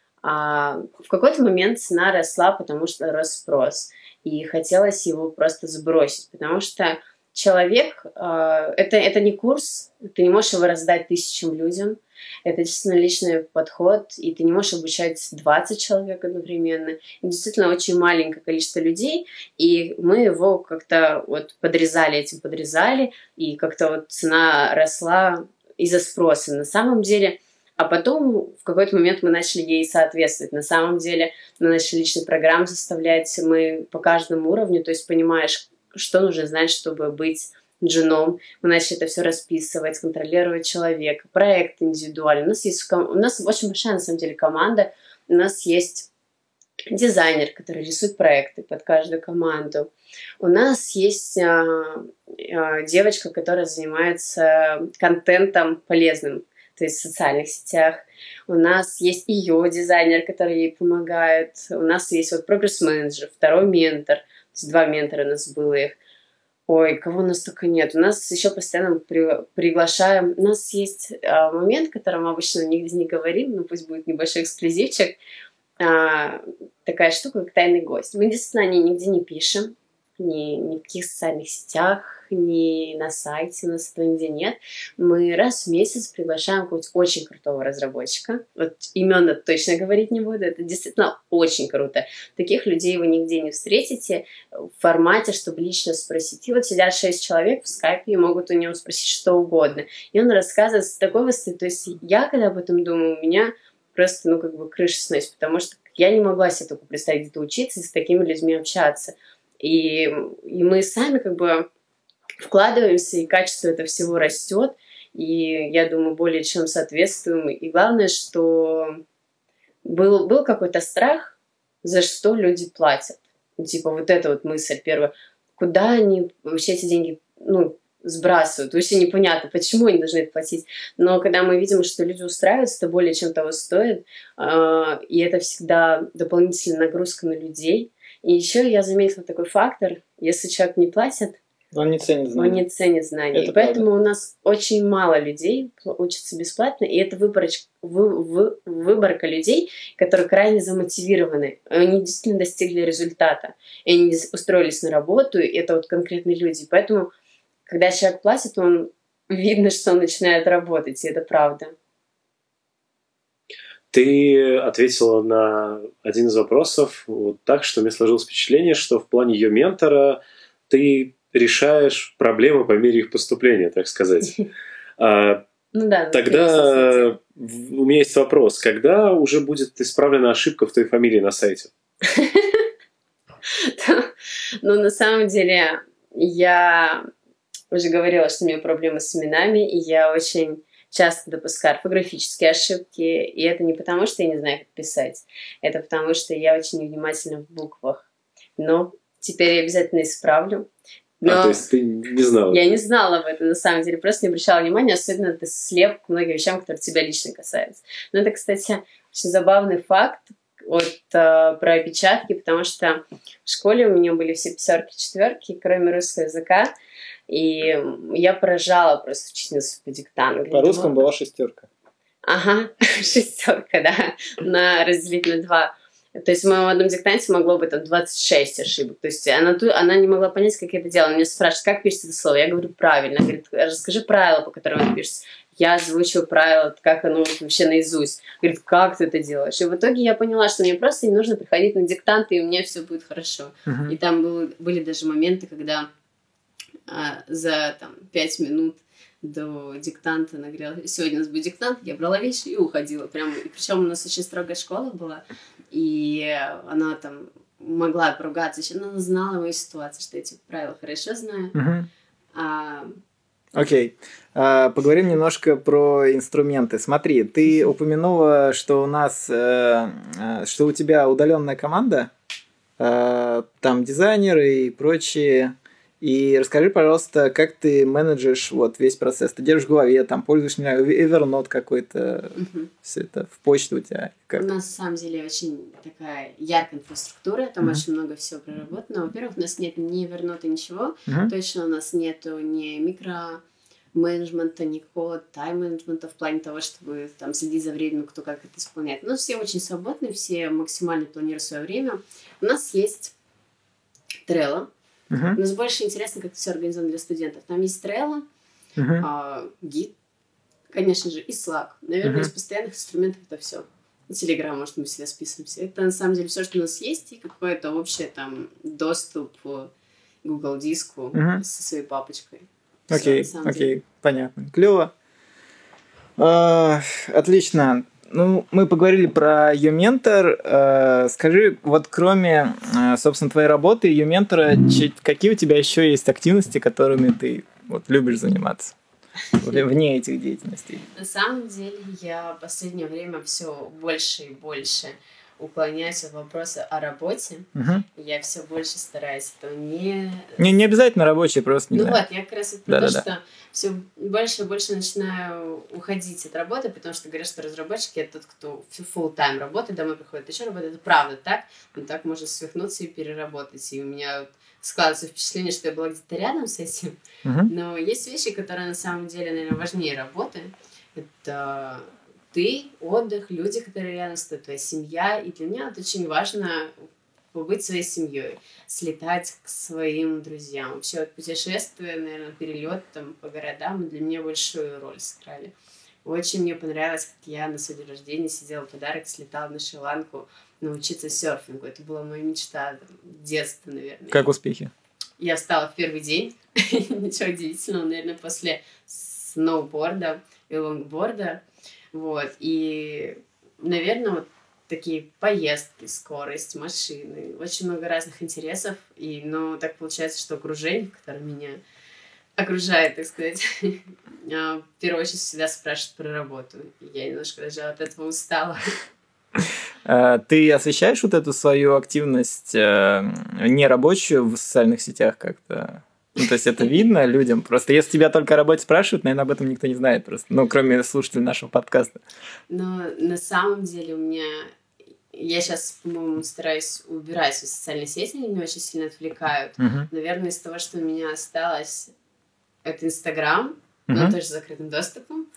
в какой-то момент цена росла, потому что рос спрос. И хотелось его просто сбросить, потому что человек... это не курс, ты не можешь его раздать 1000 людям. Это действительно личный подход, и ты не можешь обучать 20 человек одновременно. И действительно очень маленькое количество людей, и мы его как-то вот подрезали, и как-то вот цена росла из-за спроса. На самом деле... А потом в какой-то момент мы начали ей соответствовать. На самом деле мы начали личные программы составлять, мы по каждому уровню, то есть понимаешь, что нужно знать, чтобы быть джуном. Мы начали это все расписывать, контролировать человека, проект индивидуальный. У нас очень большая, на самом деле, команда. У нас есть дизайнер, который рисует проекты под каждую команду. У нас есть девочка, которая занимается контентом полезным, то есть в социальных сетях. У нас есть ее дизайнер, который ей помогает. У нас есть вот прогресс-менеджер, второй ментор. То есть 2 ментора у нас было их. Ой, кого у нас только нет. У нас еще постоянно приглашаем. У нас есть момент, который мы обычно нигде не говорим, но пусть будет небольшой эксклюзивчик. Такая штука, как тайный гость. Мы действительно о ней нигде не пишем. Ни в каких социальных сетях, ни на сайте, у нас этого нигде нет. Мы раз в месяц приглашаем какого-нибудь очень крутого разработчика. Вот именно точно говорить не буду. Это действительно очень круто. Таких людей вы нигде не встретите в формате, чтобы лично спросить. И вот сидят 6 человек в скайпе и могут у него спросить что угодно. И он рассказывает с такой высоты. То есть я, когда об этом думаю, у меня просто, крыша сносит, потому что я не могла себе только представить где-то учиться и с такими людьми общаться. И мы сами вкладываемся, и качество этого всего растет, и я думаю, более чем соответствуем. И главное, что был какой-то страх, за что люди платят. Типа вот эта вот мысль первая. Куда они вообще эти деньги сбрасывают? Вообще непонятно, почему они должны это платить. Но когда мы видим, что люди устраиваются, это более чем того стоит. И это всегда дополнительная нагрузка на людей. И еще я заметила такой фактор. Если человек не платит, он не ценит знания. Он не ценит знания. И поэтому у нас очень мало людей учатся бесплатно, и это выборка людей, которые крайне замотивированы. Они действительно достигли результата. И они устроились на работу, и это вот конкретные люди. Поэтому, когда человек платит, видно, что он начинает работать, и это правда. Ты ответила на один из вопросов вот так, что мне сложилось впечатление, что в плане ее ментора ты решаешь проблемы по мере их поступления, так сказать. Тогда у меня есть вопрос. Когда уже будет исправлена ошибка в твоей фамилии на сайте? На самом деле, я уже говорила, что у меня проблемы с именами, и я очень часто допускаю орфографические ошибки, и это не потому, что я не знаю, как писать, это потому, что я очень невнимательна в буквах. Но теперь я обязательно исправлю. Но то есть ты не знала? Я не знала об этом, на самом деле, просто не обращала внимания, особенно ты слеп к многим вещам, которые тебя лично касаются. Но это, кстати, очень забавный факт про опечатки, потому что в школе у меня были все 5, 4, кроме русского языка, и я поражала просто учительницу по диктанту. По русскому была 6. Ага, 6, да, разделить на 2. То есть в моем одном диктанте могло быть 26 ошибок. То есть она не могла понять, как я это делала. Она меня спрашивает, как пишется это слово? Я говорю, правильно. Она говорит, расскажи правила, по которым это пишется. Я озвучиваю правила, как оно вообще наизусть. Говорит, как ты это делаешь? И в итоге я поняла, что мне просто не нужно приходить на диктанты, и у меня все будет хорошо. И там были даже моменты, когда за 5 минут до диктанта она говорила, сегодня у нас будет диктант, я брала вещи и уходила. Причем у нас очень строгая школа была, и она там могла поругаться, еще она знала мою ситуацию, что я эти правила хорошо знаю. Окей. Поговорим немножко про инструменты. Смотри, ты упомянула, что у нас, что у тебя удаленная команда, там дизайнеры и прочие. И расскажи, пожалуйста, как ты менеджишь весь процесс? Ты держишь в голове, там пользуешь, не знаю, Evernote какой-то, все это в почту у тебя? Как? У нас, на самом деле, очень такая яркая инфраструктура, там очень много всего проработано. Во-первых, у нас нет ни Evernote, ничего, точно у нас нету ни микроменеджмента, никакого тайм-менеджмента в плане того, чтобы там следить за временем, кто как это исполняет. Но все очень свободны, все максимально планируют свое время. У нас есть Trello. У нас больше интересно, как это все организовано для студентов. Там есть Trello, Git, конечно же, и Slack. Наверное, из постоянных инструментов это все. И Telegram, может, мы всегда списываемся. Это, на самом деле, все, что у нас есть, и какой-то общий там доступ к Google диску со своей папочкой. Окей, понятно. Клево. Отлично. Ну, мы поговорили про YouMentor. Скажи, кроме, собственно, твоей работы и YouMentor, какие у тебя еще есть активности, которыми ты любишь заниматься вне этих деятельностей? На самом деле, я в последнее время все больше и больше уклоняюсь от вопроса о работе. Я все больше стараюсь этого не обязательно рабочие, просто не знаю. Я как раз про то, что все больше и больше начинаю уходить от работы, потому что говорят, что разработчики — это тот, кто full-time работает, домой приходит еще работает. Это правда так, но так можно свихнуться и переработать. И у меня складывается впечатление, что я была где-то рядом с этим. Но есть вещи, которые на самом деле, наверное, важнее работы. Это ты, отдых, люди, которые рядом с тобой, твоя семья. И для меня это очень важно побыть своей семьей, слетать к своим друзьям. Вообще путешествия, наверное, перелет там по городам для меня большую роль сыграли. Очень мне понравилось, как я на свой день рождения сидела в подарок, слетала на Шри-Ланку научиться серфингу. Это была моя мечта детства, наверное. Как успехи? Я встала в первый день. Ничего удивительного, наверное, после сноуборда и лонгборда. И, наверное, такие поездки, скорость, машины, очень много разных интересов. Но так получается, что окружение, которое меня окружает, так сказать, в первую очередь всегда спрашивает про работу. И я немножко даже от этого устала. Ты освещаешь эту свою активность нерабочую в социальных сетях как-то? То есть это видно людям? Просто если тебя только о работе спрашивают, наверное, об этом никто не знает просто. Кроме слушателей нашего подкаста. Но на самом деле у меня... Я сейчас, по-моему, стараюсь убирать свои социальные сети, они меня очень сильно отвлекают. Наверное, из того, что у меня осталось, это Инстаграм, но тоже с закрытым доступом.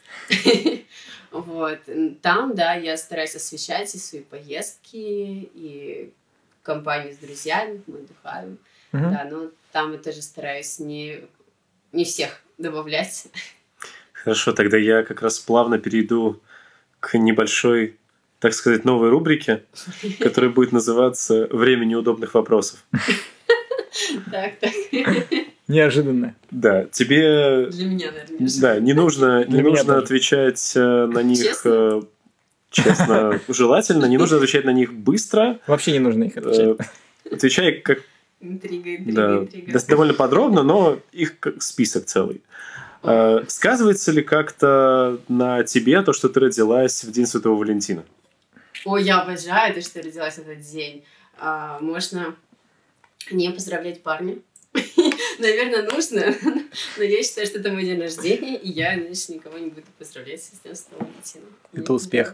Там, да, я стараюсь освещать и свои поездки, и компании с друзьями, мы отдыхаем. Да, но там я тоже стараюсь не всех добавлять. Хорошо, тогда я как раз плавно перейду к небольшой, так сказать, новой рубрике, которая будет называться «Время неудобных вопросов». Так. Неожиданно. Да, тебе... Для меня, наверное. Да, не нужно отвечать на них честно, желательно, не нужно отвечать на них быстро. Вообще не нужно их отвечать. Отвечай как... Интрига. Довольно подробно, но их список целый. Сказывается ли как-то на тебе то, что ты родилась в День Святого Валентина? Ой, я обожаю то, что я родилась в этот день. Можно не поздравлять парня. Наверное, нужно. Но я считаю, что это мой день рождения, и я, значит, никого не буду поздравлять с Днем Святого Валентина. Это успех.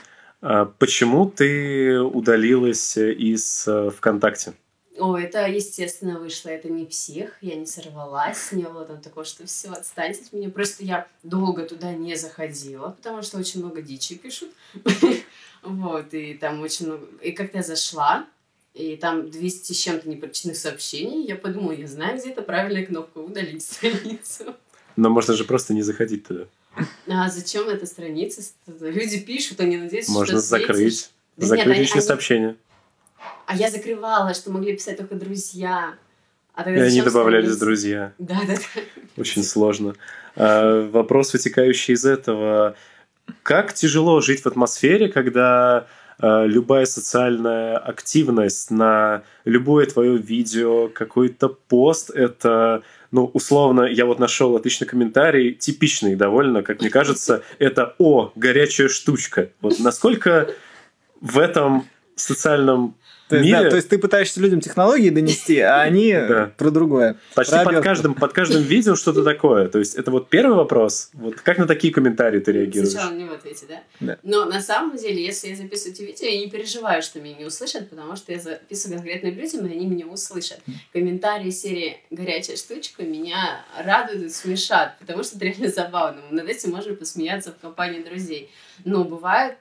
Почему ты удалилась из ВКонтакте? Это естественно вышло, это не псих, я не сорвалась, не было там такого, что все, отстаньте от меня. Просто я долго туда не заходила, потому что очень много дичи пишут. Вот, и там очень много... И как-то я зашла, и там 200 с чем-то непрочитанных сообщений, я подумала, я знаю, где это правильная кнопка «Удалить страницу». Но можно же просто не заходить туда. А зачем эта страница? Люди пишут, они надеются, можно что ответишь. закрыть. Да закрыть нет, личные сообщения. А я закрывала, что могли писать только друзья. И они добавлялись друзья. Да. Очень сложно. Вопрос, вытекающий из этого. Как тяжело жить в атмосфере, когда любая социальная активность на любое твое видео, какой-то пост, это, условно, я вот нашел отличный комментарий, типичный довольно, как мне кажется, это горячая штучка. Вот насколько в этом социальном мире... Да, то есть ты пытаешься людям технологии донести, а они про другое. Почти под каждым видео что-то такое. То есть это вот первый вопрос. Вот как на такие комментарии ты реагируешь? Сначала на него ответить, да? Но на самом деле, если я записываю эти видео, я не переживаю, что меня не услышат, потому что я записываю конкретным людям, и они меня услышат. Комментарии серии «Горячая штучка» меня радуют и смешат, потому что это реально забавно. Над этим можно посмеяться в компании друзей. Но бывает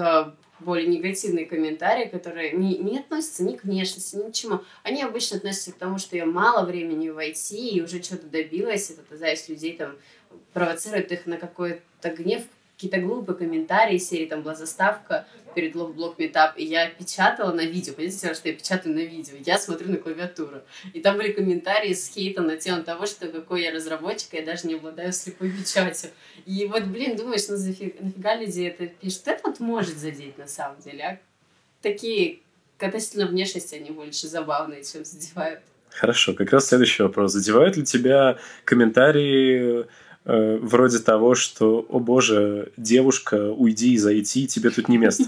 более негативные комментарии, которые не относятся ни к внешности, ни к чему. Они обычно относятся к тому, что я мало времени в IT и уже что-то добилась, и эта зависть людей там провоцирует их на какой-то гнев, какие-то глупые комментарии серии, там была заставка перед блок метап, и я печатала на видео, понимаете, что я печатаю на видео, я смотрю на клавиатуру, и там были комментарии с хейтом на тему того, что какой я разработчик, я даже не обладаю слепой печатью. И вот, думаешь, нафига люди это пишут? Это вот может задеть на самом деле, а такие относительно внешности они больше забавные, чем задевают. Хорошо, как раз следующий вопрос. Задевают ли тебя комментарии вроде того, что, о боже, девушка, уйди из IT, тебе тут не место?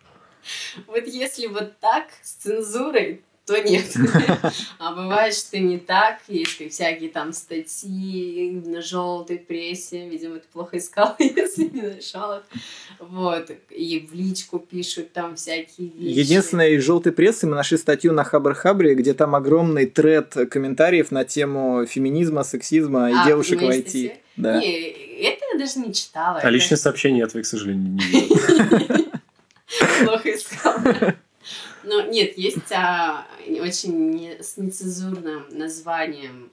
Вот если вот так, с цензурой, то нет. А бывает, что не так. Есть всякие там статьи на желтой прессе. Видимо, ты плохо искал, если не нашел их. Вот. И в личку пишут там всякие вещи. Единственное, из желтой прессы мы нашли статью на Хабр-Хабре, где там огромный тред комментариев на тему феминизма, сексизма и девушек в IT. Да. Не, это я даже не читала. А личные сообщения я твои, к сожалению, не видел. Плохо искал. Но нет, есть очень с нецензурным названием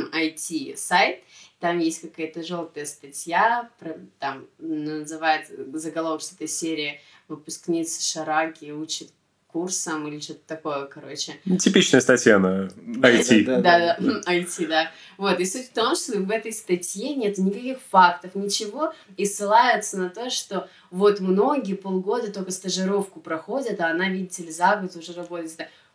IT-сайт. Там есть какая-то желтая статья, там называется заголовок, что это серия «Выпускница Шараги учит курсом» или что-то такое, короче. Типичная статья на IT. Да, IT, да. Вот, и суть в том, что в этой статье нет никаких фактов, ничего, и ссылаются на то, что вот многие полгода только стажировку проходят, а она, видите ли, за год уже работает.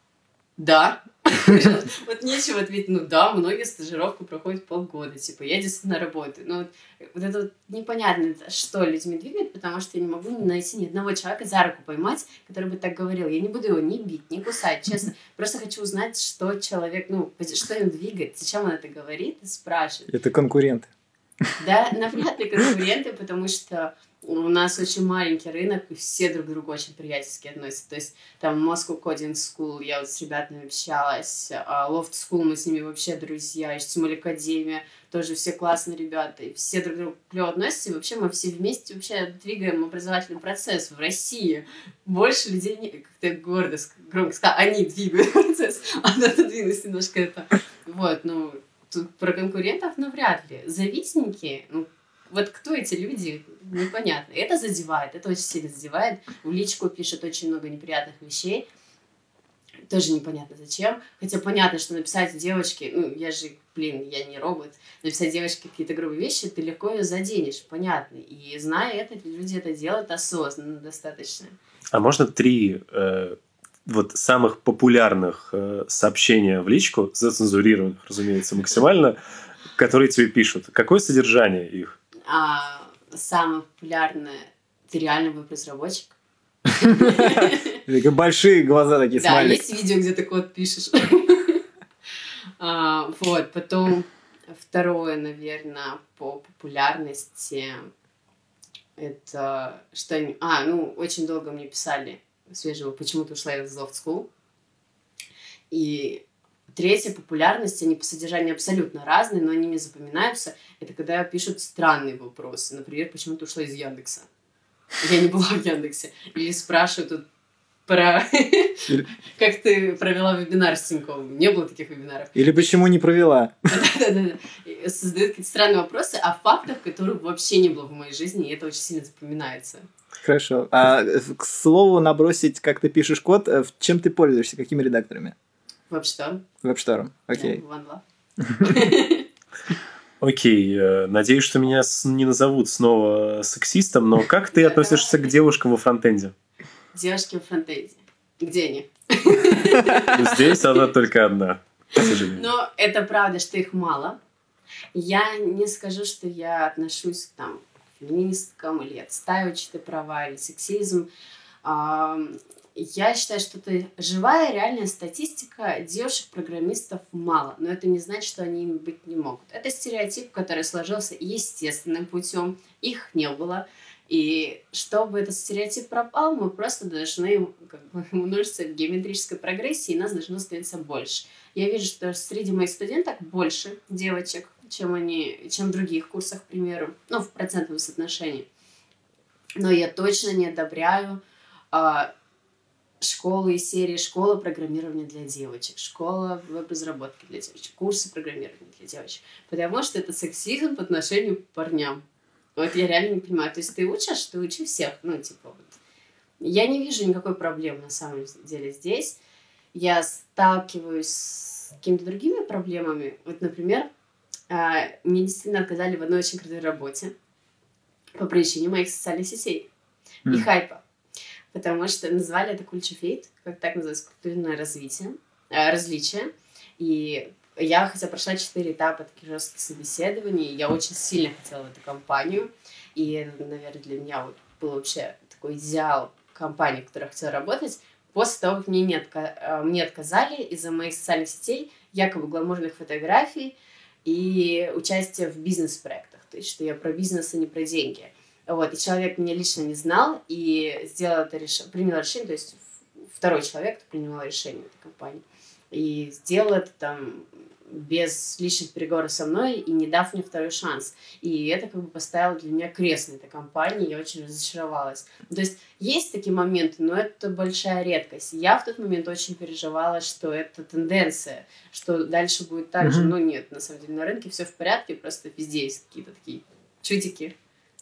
Да. Вот нечего ответить, многие стажировку проходят полгода, я действительно работаю. Но вот это вот непонятно, что людьми двигает, потому что я не могу найти ни одного человека за руку поймать, который бы так говорил. Я не буду его ни бить, ни кусать, честно. Просто хочу узнать, что человек, что им двигает, зачем он это говорит и спрашивает. Это конкуренты. Да, навряд ли конкуренты, потому что у нас очень маленький рынок, и все друг к другу очень приятельски относятся. То есть там Moscow Coding School, я вот с ребятами общалась, Loft School, мы с ними вообще друзья, HTML Академия, тоже все классные ребята, и все друг к другу клево относятся, и вообще мы все вместе вообще двигаем образовательный процесс в России. Больше людей, как-то громко сказала, они двигают процесс, а надо двинуть немножко это. Вот, тут про конкурентов вряд ли. Завистники, вот кто эти люди, непонятно. Это задевает, это очень сильно задевает. В личку пишет очень много неприятных вещей. Тоже непонятно зачем. Хотя понятно, что написать девочке, я не робот, написать девочке какие-то грубые вещи, ты легко ее заденешь, понятно. И зная это, люди это делают осознанно достаточно. А можно 3 самых популярных сообщения в личку, зацензурированных, разумеется, максимально, которые тебе пишут? Какое содержание их? Самое популярное — ты реально веб-разработчик? Большие глаза такие, Да, смайлик. есть видео, где ты код пишешь. Вот, потом второе, наверное, по популярности это что... очень долго мне писали свежего, почему ты ушла из Loft School. И третья популярность, они по содержанию абсолютно разные, но они мне запоминаются. Это когда пишут странные вопросы. Например, почему ты ушла из Яндекса? Я не была в Яндексе. Или спрашивают про... Как ты провела вебинар с Тиньковым? Не было таких вебинаров. Или почему не провела? Да-да-да. Создают какие-то странные вопросы о фактах, которых вообще не было в моей жизни, и это очень сильно запоминается. Хорошо. К слову, набросить, как ты пишешь код, чем ты пользуешься, какими редакторами? WebStorm. WebStorm, окей. OneLove. Окей, надеюсь, что меня не назовут снова сексистом, но как ты относишься к девушкам во фронтенде? Девушки во фронтенде. Где они? Здесь она только одна, к сожалению. Но это правда, что их мало. Я не скажу, что я отношусь к феминисткам или отстаиваю чьи-то права, или сексизм. Я считаю, что это живая, реальная статистика. Девушек-программистов мало, но это не значит, что они им быть не могут. Это стереотип, который сложился естественным путем. Их не было. И чтобы этот стереотип пропал, мы просто должны умножиться в геометрической прогрессии, и нас должно становиться больше. Я вижу, что среди моих студенток больше девочек, чем в других курсах, к примеру, в процентном соотношении. Но я точно не одобряю школы и серии «Школа программирования для девочек», «Школа веб-разработки для девочек», «Курсы программирования для девочек», потому что это сексизм по отношению к парням. Вот я реально не понимаю. То есть ты учи всех. Я не вижу никакой проблемы на самом деле здесь. Я сталкиваюсь с какими-то другими проблемами. Вот, например, мне действительно отказали в одной очень крутой работе по причине моих социальных сетей и хайпа. Потому что назвали это Culture Fit, как так называется, культурное различие. И я, хотя прошла 4 этапа таких жестких собеседований, я очень сильно хотела в эту компанию. И это, наверное, для меня был вообще такой идеал компании, в которой я хотела работать. После того, как мне отказали из-за моих социальных сетей, якобы гламурных фотографий и участия в бизнес-проектах. То есть, что я про бизнес, а не про деньги. Вот, и человек меня лично не знал и принял решение, то есть второй человек принимал решение в этой компании, и сделал это без личных переговоров со мной и не дав мне второй шанс. И это поставило для меня крест на этой компании, я очень разочаровалась. То есть есть такие моменты, но это большая редкость. Я в тот момент очень переживала, что это тенденция, что дальше будет так же. Но нет, на самом деле на рынке все в порядке, просто везде есть какие-то такие чудики.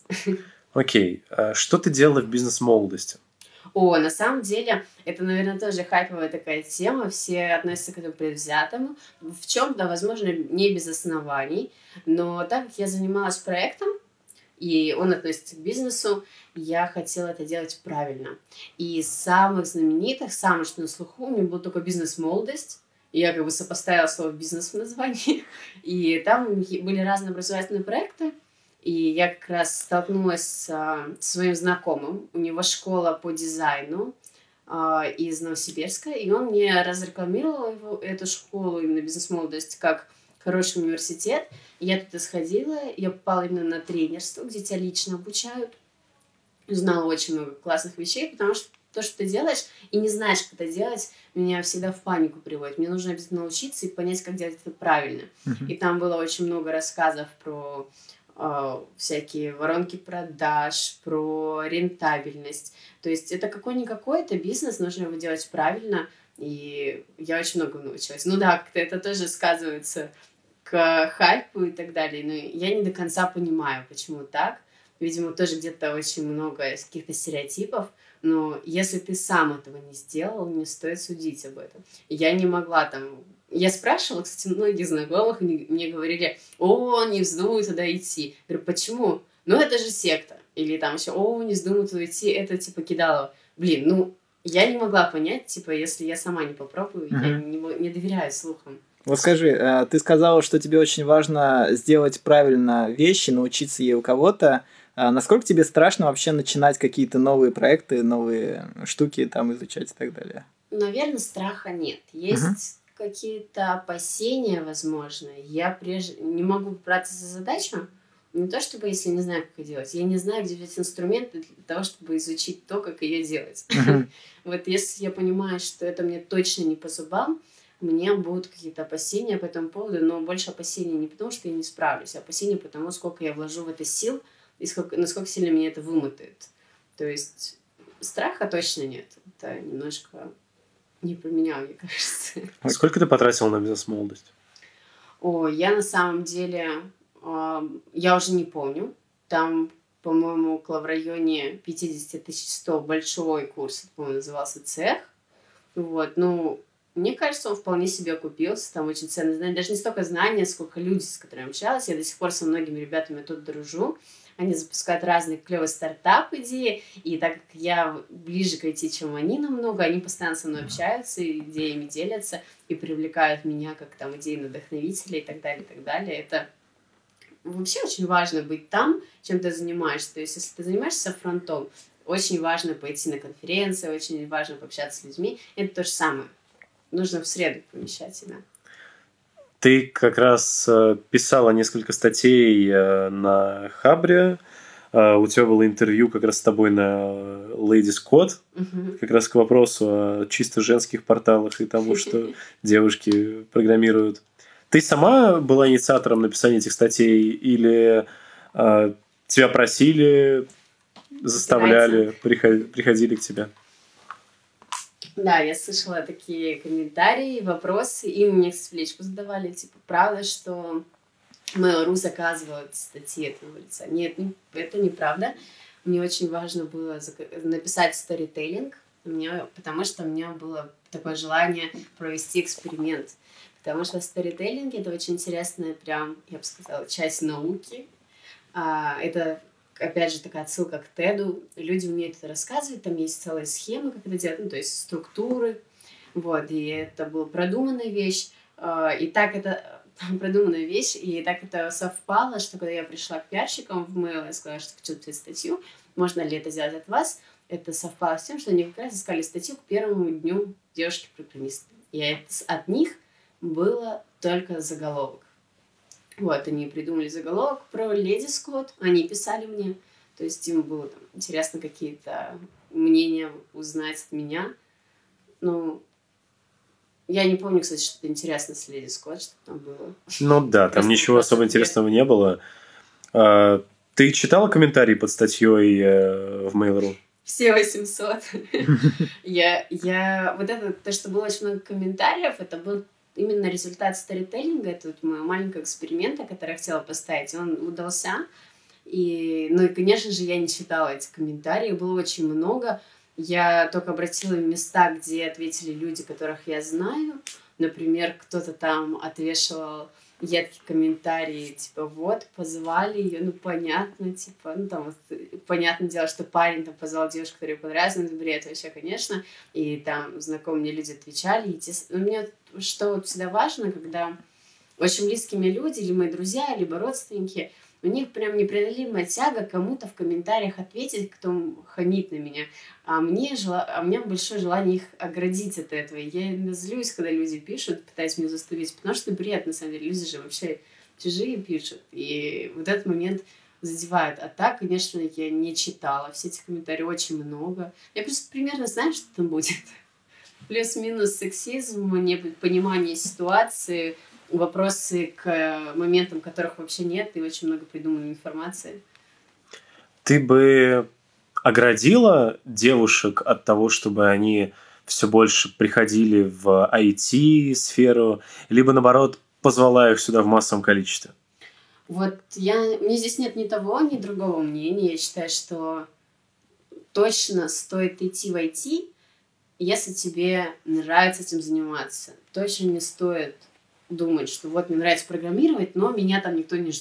Окей. А что ты делала в бизнес-молодости? На самом деле, это, наверное, тоже хайповая такая тема. Все относятся к этому предвзятому. В чем-то, возможно, не без оснований. Но так как я занималась проектом, и он относится к бизнесу, я хотела это делать правильно. И из самых знаменитых, самое что на слуху, у меня был только «Бизнес-молодость». И я сопоставила слово «бизнес» в названии. И там были разные образовательные проекты. И я как раз столкнулась с своим знакомым. У него школа по дизайну из Новосибирска. И он мне разрекламировал эту школу, именно «Бизнес-молодость», как хороший университет. И я туда сходила. Я попала именно на тренерство, где тебя лично обучают. Узнала очень много классных вещей, потому что то, что ты делаешь, и не знаешь, как это делать, меня всегда в панику приводит. Мне нужно обязательно научиться и понять, как делать это правильно. И там было очень много рассказов про всякие воронки продаж, про рентабельность. То есть это какой-никакой, это бизнес, нужно его делать правильно, и я очень много научилась. Как-то это тоже сказывается к хайпу и так далее, но я не до конца понимаю, почему так. Видимо, тоже где-то очень много каких-то стереотипов, но если ты сам этого не сделал, не стоит судить об этом. Я не могла Я спрашивала, кстати, многих знакомых, и мне говорили: не вздумай туда идти. Я говорю: почему? Это же секта. Или еще: не вздумай туда идти, это кидалово. Я не могла понять, если я сама не попробую, я не доверяю слухам. Вот скажи, ты сказала, что тебе очень важно сделать правильно вещи, научиться ей у кого-то. Насколько тебе страшно вообще начинать какие-то новые проекты, новые штуки там изучать и так далее? Наверное, страха нет. Есть какие-то опасения, возможно. Я прежде не могу браться за задачу. Не то чтобы, если не знаю, как ее делать. Я не знаю, где взять инструменты для того, чтобы изучить то, как ее делать. Вот если я понимаю, что это мне точно не по зубам, у меня будут какие-то опасения по этому поводу, но больше опасений не потому, что я не справлюсь, а опасения потому, сколько я вложу в это сил и насколько сильно меня это вымотает. То есть страха точно нет. Это немножко не про меня, мне кажется. Сколько ты потратил на бизнес-молодость? Я на самом деле, я уже не помню. Там, по-моему, около в районе 50 100 большой курс, по-моему, назывался цех. Вот, мне кажется, он вполне себе окупился. Там очень ценные знания. Даже не столько знания, сколько люди, с которыми общалась. Я до сих пор со многими ребятами тут дружу. Они запускают разные клевые стартап-идеи, и так как я ближе к IT, чем они намного, они постоянно со мной общаются, идеями делятся и привлекают меня как там идейного вдохновителя и так далее, и так далее. Это вообще очень важно быть там, чем ты занимаешься. То есть, если ты занимаешься фронтом, очень важно пойти на конференции, очень важно пообщаться с людьми. Это то же самое. Нужно в среду помещать себя. Ты как раз писала несколько статей на Хабре. У тебя было интервью как раз с тобой на Ladies Code, как раз к вопросу о чисто женских порталах и тому, что девушки программируют. Ты сама была инициатором написания этих статей или тебя просили, заставляли, приходили к тебе? Да, я слышала такие комментарии, вопросы, и мне, кстати, в личку задавали, типа, правда, что Mail.ru заказывают статьи этого лица? Нет, это неправда. Мне очень важно было написать сторителлинг, потому что у меня было такое желание провести эксперимент. Потому что сторителлинг — это очень интересная, прям, я бы сказала, часть науки. Это, опять же, такая отсылка к TED. Люди умеют это рассказывать, там есть целая схема, как это делать, то есть структуры. Вот, и это была продуманная вещь. И так это продуманная вещь, и так это совпало, что когда я пришла к пиарщикам в Mail, я сказала, что хочу написать статью, можно ли это сделать от вас? Это совпало с тем, что они как раз искали статью к первому дню девушки-программиста. И от них было только заголовок. Вот, они придумали заголовок про Ladies Code, они писали мне, то есть им было там интересно какие-то мнения узнать от меня. Я не помню, кстати, что-то интересное с Ladies Code, что там было. Ну да, там ничего особо интересного не было. Ты читала комментарии под статьей в Mail.ru? Все 800. Вот это, то, что было очень много комментариев, это был именно результат сторителлинга. Это вот мой маленький эксперимент, который я хотела поставить. Он удался. И, конечно же, я не читала эти комментарии. Было очень много. Я только обратила места, где ответили люди, которых я знаю. Например, кто-то там отвешивал едкие комментарии, типа, вот, позвали ее, понятно, типа, там, понятное дело, что парень там позвал девушку, которая понравилась, бред вообще, конечно, и там знакомые мне люди отвечали, мне что вот всегда важно, когда очень близкие мне люди, или мои друзья, либо родственники, у них прям непреодолимая тяга кому-то в комментариях ответить, кто хамит на меня. А мне большое желание их оградить от этого. Я злюсь, когда люди пишут, пытаясь меня заступить, потому что бред, на самом деле. Люди же вообще чужие пишут. И вот этот момент задевает. А так, конечно, я не читала. Все эти комментарии очень много. Я просто примерно знаю, что там будет. Плюс-минус сексизм, непонимание ситуации, вопросы к моментам, которых вообще нет, и очень много придуманной информации. Ты бы оградила девушек от того, чтобы они все больше приходили в IT-сферу, либо, наоборот, позвала их сюда в массовом количестве? Вот мне здесь нет ни того, ни другого мнения. Я считаю, что точно стоит идти в IT, если тебе нравится этим заниматься. Точно не стоит думать, что вот мне нравится программировать, но меня там никто не ждет.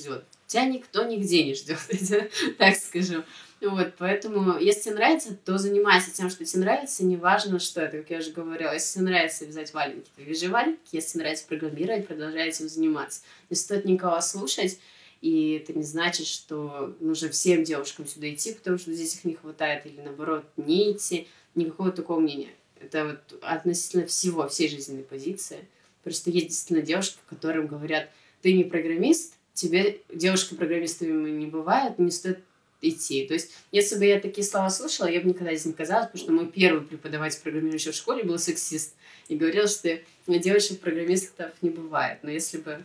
тебя никто нигде не ждет, так скажу. Вот, поэтому, если тебе нравится, то занимайся тем, что тебе нравится, неважно, что это, как я уже говорила. Если тебе нравится вязать валенки, то вяжи валенки. Если тебе нравится программировать, продолжай этим заниматься. Не стоит никого слушать, и это не значит, что нужно всем девушкам сюда идти, потому что здесь их не хватает, или наоборот, не идти. Никакого такого мнения. Это вот относительно всего, всей жизненной позиции. Просто есть действительно девушки, которым говорят, ты не программист, тебе девушка-программистами не бывает, не стоит идти. То есть, если бы я такие слова слушала, я бы никогда здесь не оказалась, потому что мой первый преподаватель программирующий в школе был сексист и говорил, что девушек-программистов не бывает. Но если бы...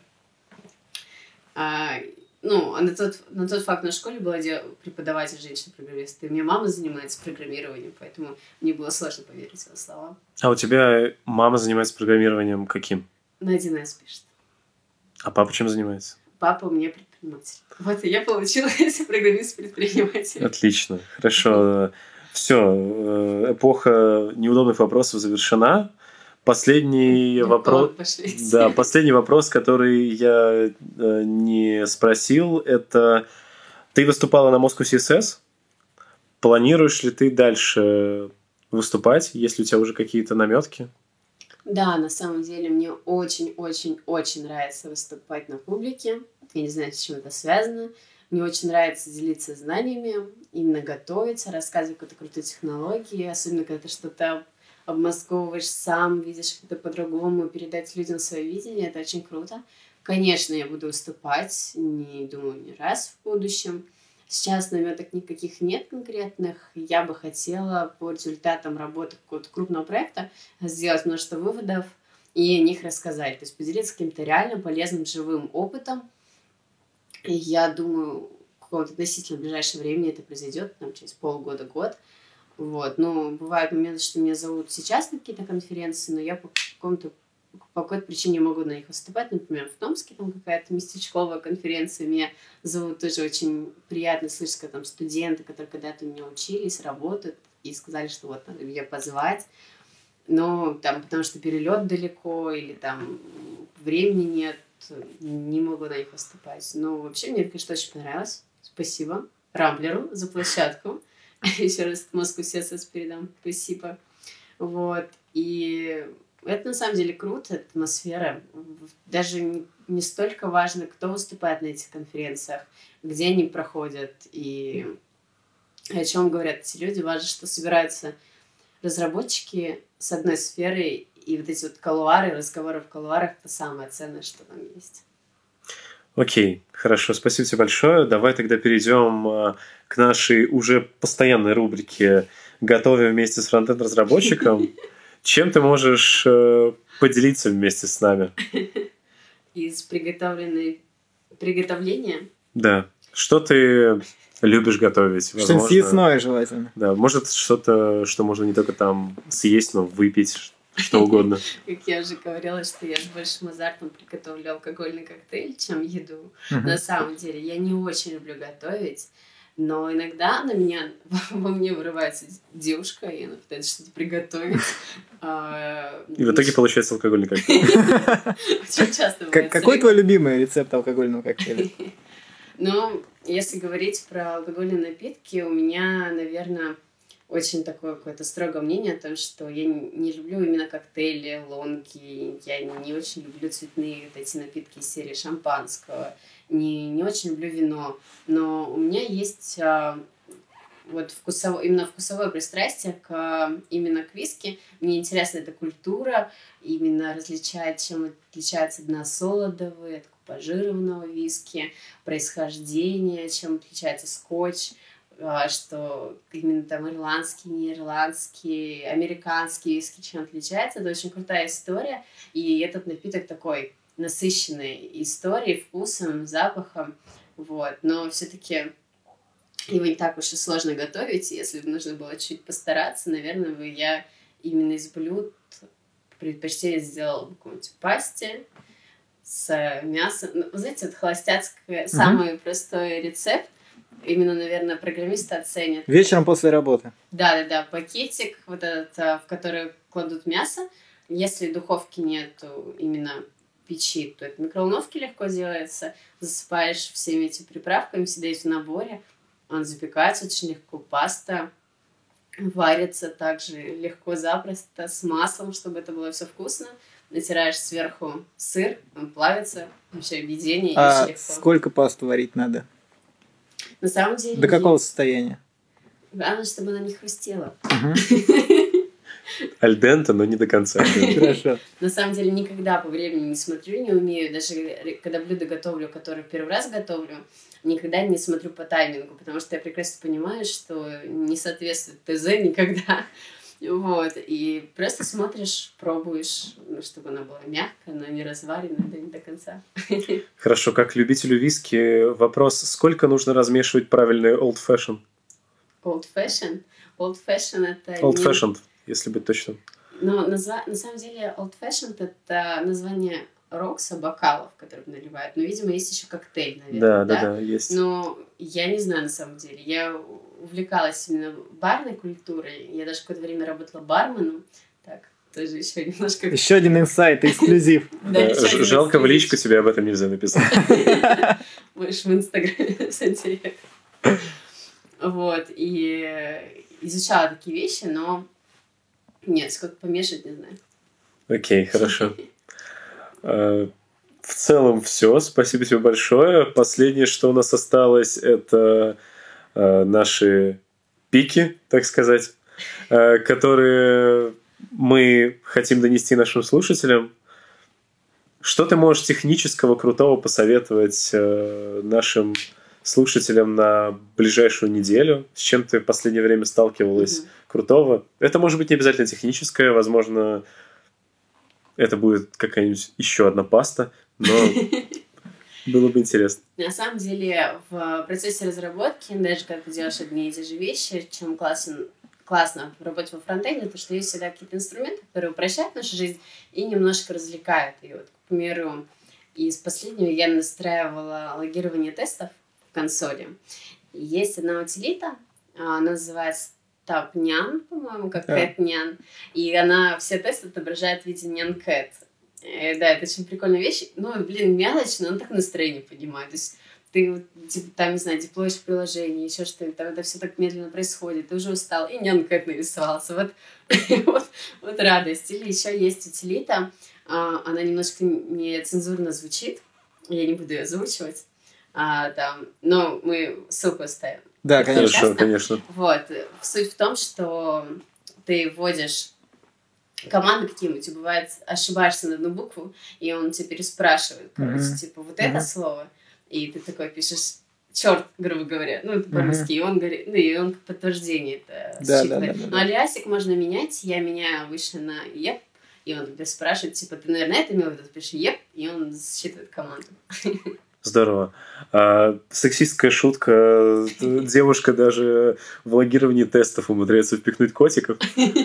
на тот факт в нашей школе была преподаватель женщина-программист, и у меня мама занимается программированием, поэтому мне было сложно поверить в его слова. А у тебя мама занимается программированием каким? На 1С пишет. А папа чем занимается? Папа у меня предприниматель. Вот и я получилась программист-предприниматель. Отлично, хорошо. Все, эпоха неудобных вопросов завершена. Последний вопрос, который я не спросил, это ты выступала на Moscow CSS. Планируешь ли ты дальше выступать? Есть ли у тебя уже какие-то наметки? Да, на самом деле мне очень-очень-очень нравится выступать на публике. Я не знаю, с чем это связано. Мне очень нравится делиться знаниями, именно готовиться, рассказывать какие-то крутые технологии, особенно когда ты что-то обмозговываешь сам, видишь как-то по-другому, передать людям свое видение, это очень круто. Конечно, я буду выступать, не раз в будущем. Сейчас наметок никаких нет конкретных. Я бы хотела по результатам работы какого-то крупного проекта сделать множество выводов и о них рассказать. То есть поделиться каким-то реально полезным живым опытом. И я думаю, в каком-то относительно ближайшее время это произойдет, там, через полгода-год. Вот. Но бывают моменты, что меня зовут сейчас на какие-то конференции, но я по какой-то причине могу на них выступать. Например, в Томске там какая-то местечковая конференция. Меня зовут тоже очень приятно слышать, когда там студенты, которые когда-то у меня учились, работают, и сказали, что вот надо меня позвать. Но там, потому что перелет далеко, или там времени нет, не могу на них выступать. Но вообще мне, конечно, очень понравилось. Спасибо Рамблеру за площадку. Еще раз Moscow CSS передам. Спасибо. Вот. И это на самом деле круто, атмосфера. Даже не столько важно, кто выступает на этих конференциях, где они проходят и о чем говорят эти люди. Важно, что собираются разработчики с одной сферы, и вот эти вот кулуары, разговоры в кулуарах — это самое ценное, что там есть. Окей, хорошо, спасибо тебе большое. Давай тогда перейдем к нашей уже постоянной рубрике «Готовим вместе с фронтенд-разработчиком». Чем ты можешь поделиться вместе с нами? Из приготовления? Да. Что ты любишь готовить? Что-нибудь съестное желательно. Да, может что-то, что можно не только там съесть, но выпить, что угодно. Как я уже говорила, что я с большим азартом приготовлю алкогольный коктейль, чем еду. На самом деле, я не очень люблю готовить. Но иногда во мне вырывается девушка, и она пытается что-то приготовить. И в итоге получается алкогольный коктейль. Очень часто бывает. Какой твой любимый рецепт алкогольного коктейля? Ну, если говорить про алкогольные напитки, у меня, наверное, очень такое какое-то строгое мнение о том, что я не люблю именно коктейли, лонги, я не очень люблю цветные вот эти напитки из серии шампанского, не очень люблю вино, но у меня есть вот именно вкусовое пристрастие именно к виски. Мне интересна эта культура, именно различать, чем отличается односолодовый от купажированного виски, происхождение, чем отличается скотч, что именно там ирландский, неирландский, американский виски чем отличается. Это очень крутая история, и этот напиток такой насыщенной историей, вкусом, запахом, вот. Но все-таки его не так уж и сложно готовить. Если бы нужно было чуть постараться, наверное, я именно из блюд предпочтение сделала в какой-нибудь пасте с мясом. Ну, вы знаете, вот холостяцкий самый простой рецепт. Именно, наверное, программисты оценят. Вечером после работы. Да, пакетик, вот этот, в который кладут мясо. Если духовки нет, именно печи, то это в микроволновке легко делается. Засыпаешь всеми этими приправками, всегда есть в наборе. Он запекается очень легко. Паста варится также легко, запросто, с маслом, чтобы это было все вкусно. Натираешь сверху сыр, он плавится. Вообще объедение очень легко. Сколько пасту варить надо? На самом деле... До какого состояния? Главное, чтобы она не хрустела. Аль денте, но не до конца. Хорошо. На самом деле никогда по времени не смотрю, не умею. Даже когда блюдо готовлю, которое первый раз готовлю, никогда не смотрю по таймингу, потому что я прекрасно понимаю, что не соответствует ТЗ никогда. Вот. И просто смотришь, пробуешь, чтобы она была мягкая, но не разваренная, да не до конца. Хорошо, как любителю виски, вопрос, сколько нужно размешивать правильный old fashion? Old fashion? Old fashion это... Old fashioned, если быть точным. Но на самом деле old fashioned это название рокса, бокалов, которые наливают. Но, видимо, есть еще коктейль, наверное. Да, есть. Но я не знаю на самом деле. Я увлекалась именно барной культурой. Я даже какое-то время работала барменом. Так, тоже еще немножко... Еще один инсайт, эксклюзив. Жалко, в личку тебе об этом нельзя написать. Будешь в Инстаграме писать. Вот, и изучала такие вещи, но нет, сколько помешать, не знаю. Окей, хорошо. В целом все. Спасибо тебе большое. Последнее, что у нас осталось, это наши пики, так сказать, которые мы хотим донести нашим слушателям. Что ты можешь технического, крутого посоветовать нашим слушателям на ближайшую неделю? С чем ты в последнее время сталкивалась крутого? Это может быть не обязательно техническое, возможно, это будет какая-нибудь еще одна паста, но было бы интересно. На самом деле, в процессе разработки, даже когда ты делаешь одни и те же вещи, чем классно работать во фронтенде, то что есть всегда какие-то инструменты, которые упрощают нашу жизнь и немножко развлекают. И вот, к примеру, из последнего я настраивала логирование тестов в консоли. И есть одна утилита, она называется Tapnyan, по-моему, как CatNyan, и она все тесты отображает в виде NyanCat. Да, это очень прикольная вещь. Ну, мелочь, но она так настроение поднимает. То есть ты, там, не знаю, деплоишь приложение, еще что-нибудь, там это все так медленно происходит, ты уже устал, и NyanCat нарисовался. Вот радость. Или еще есть утилита, она немножко нецензурно звучит, я не буду ее озвучивать, но мы ссылку оставим. Да, конечно. Конечно. Вот. Суть в том, что ты вводишь команды какие-нибудь, и бывает, ошибаешься на одну букву, и он тебе переспрашивает, короче, типа, вот это слово, и ты такой пишешь черт, грубо говоря, ну, это по-русски, и он говорит, ну, и он как подтверждение это считывает. Но алиасик можно менять, я меняю обычно на «еп», и он тебя спрашивает, типа, ты, наверное, это имел в виду, ты пишешь «еп», и он считывает команду. Здорово. Сексистская шутка. Девушка даже в логировании тестов умудряется впихнуть котиков.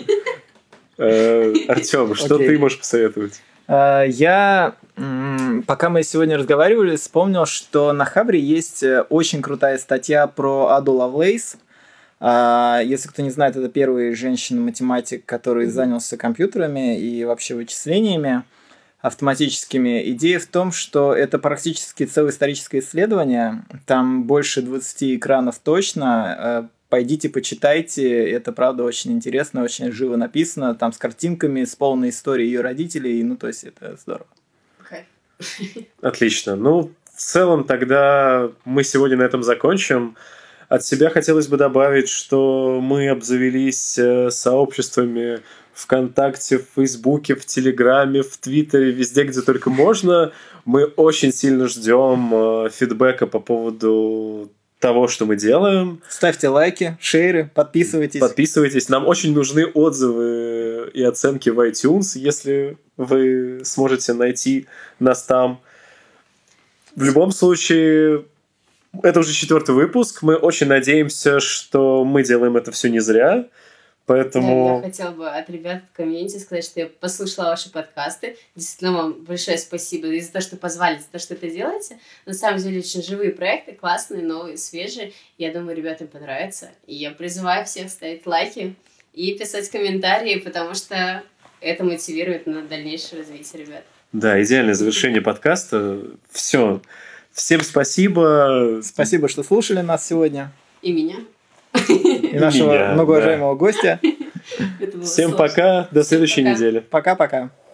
Артём, что ты можешь посоветовать? Я, пока мы сегодня разговаривали, вспомнил, что на Хабре есть очень крутая статья про Аду Лавлейс. Если кто не знает, это первый женщина-математик, который занялся компьютерами и вообще вычислениями автоматическими. Идея в том, что это практически целое историческое исследование. Там больше 20 экранов точно. Пойдите, почитайте. Это, правда, очень интересно, очень живо написано. Там с картинками, с полной историей ее родителей. Ну, то есть, это здорово. Отлично. Ну, в целом, тогда мы сегодня на этом закончим. От себя хотелось бы добавить, что мы обзавелись сообществами ВКонтакте, в Фейсбуке, в Телеграме, в Твиттере, везде, где только можно. Мы очень сильно ждем фидбэка по поводу того, что мы делаем. Ставьте лайки, шеры, подписывайтесь. Подписывайтесь. Нам очень нужны отзывы и оценки в iTunes, если вы сможете найти нас там. В любом случае, это уже 4-й выпуск. Мы очень надеемся, что мы делаем это все не зря. Поэтому... Я хотела бы от ребят в комьюнити сказать, что я послушала ваши подкасты. Действительно, вам большое спасибо и за то, что позвали, за то, что это делаете. На самом деле, очень живые проекты, классные, новые, свежие. Я думаю, ребятам понравится. И я призываю всех ставить лайки и писать комментарии, потому что это мотивирует на дальнейшее развитие ребят. Да, идеальное завершение подкаста. Все. Всем спасибо. Спасибо, что слушали нас сегодня. И меня. И нашего многоуважаемого гостя. Всем пока. До следующей недели. Пока-пока.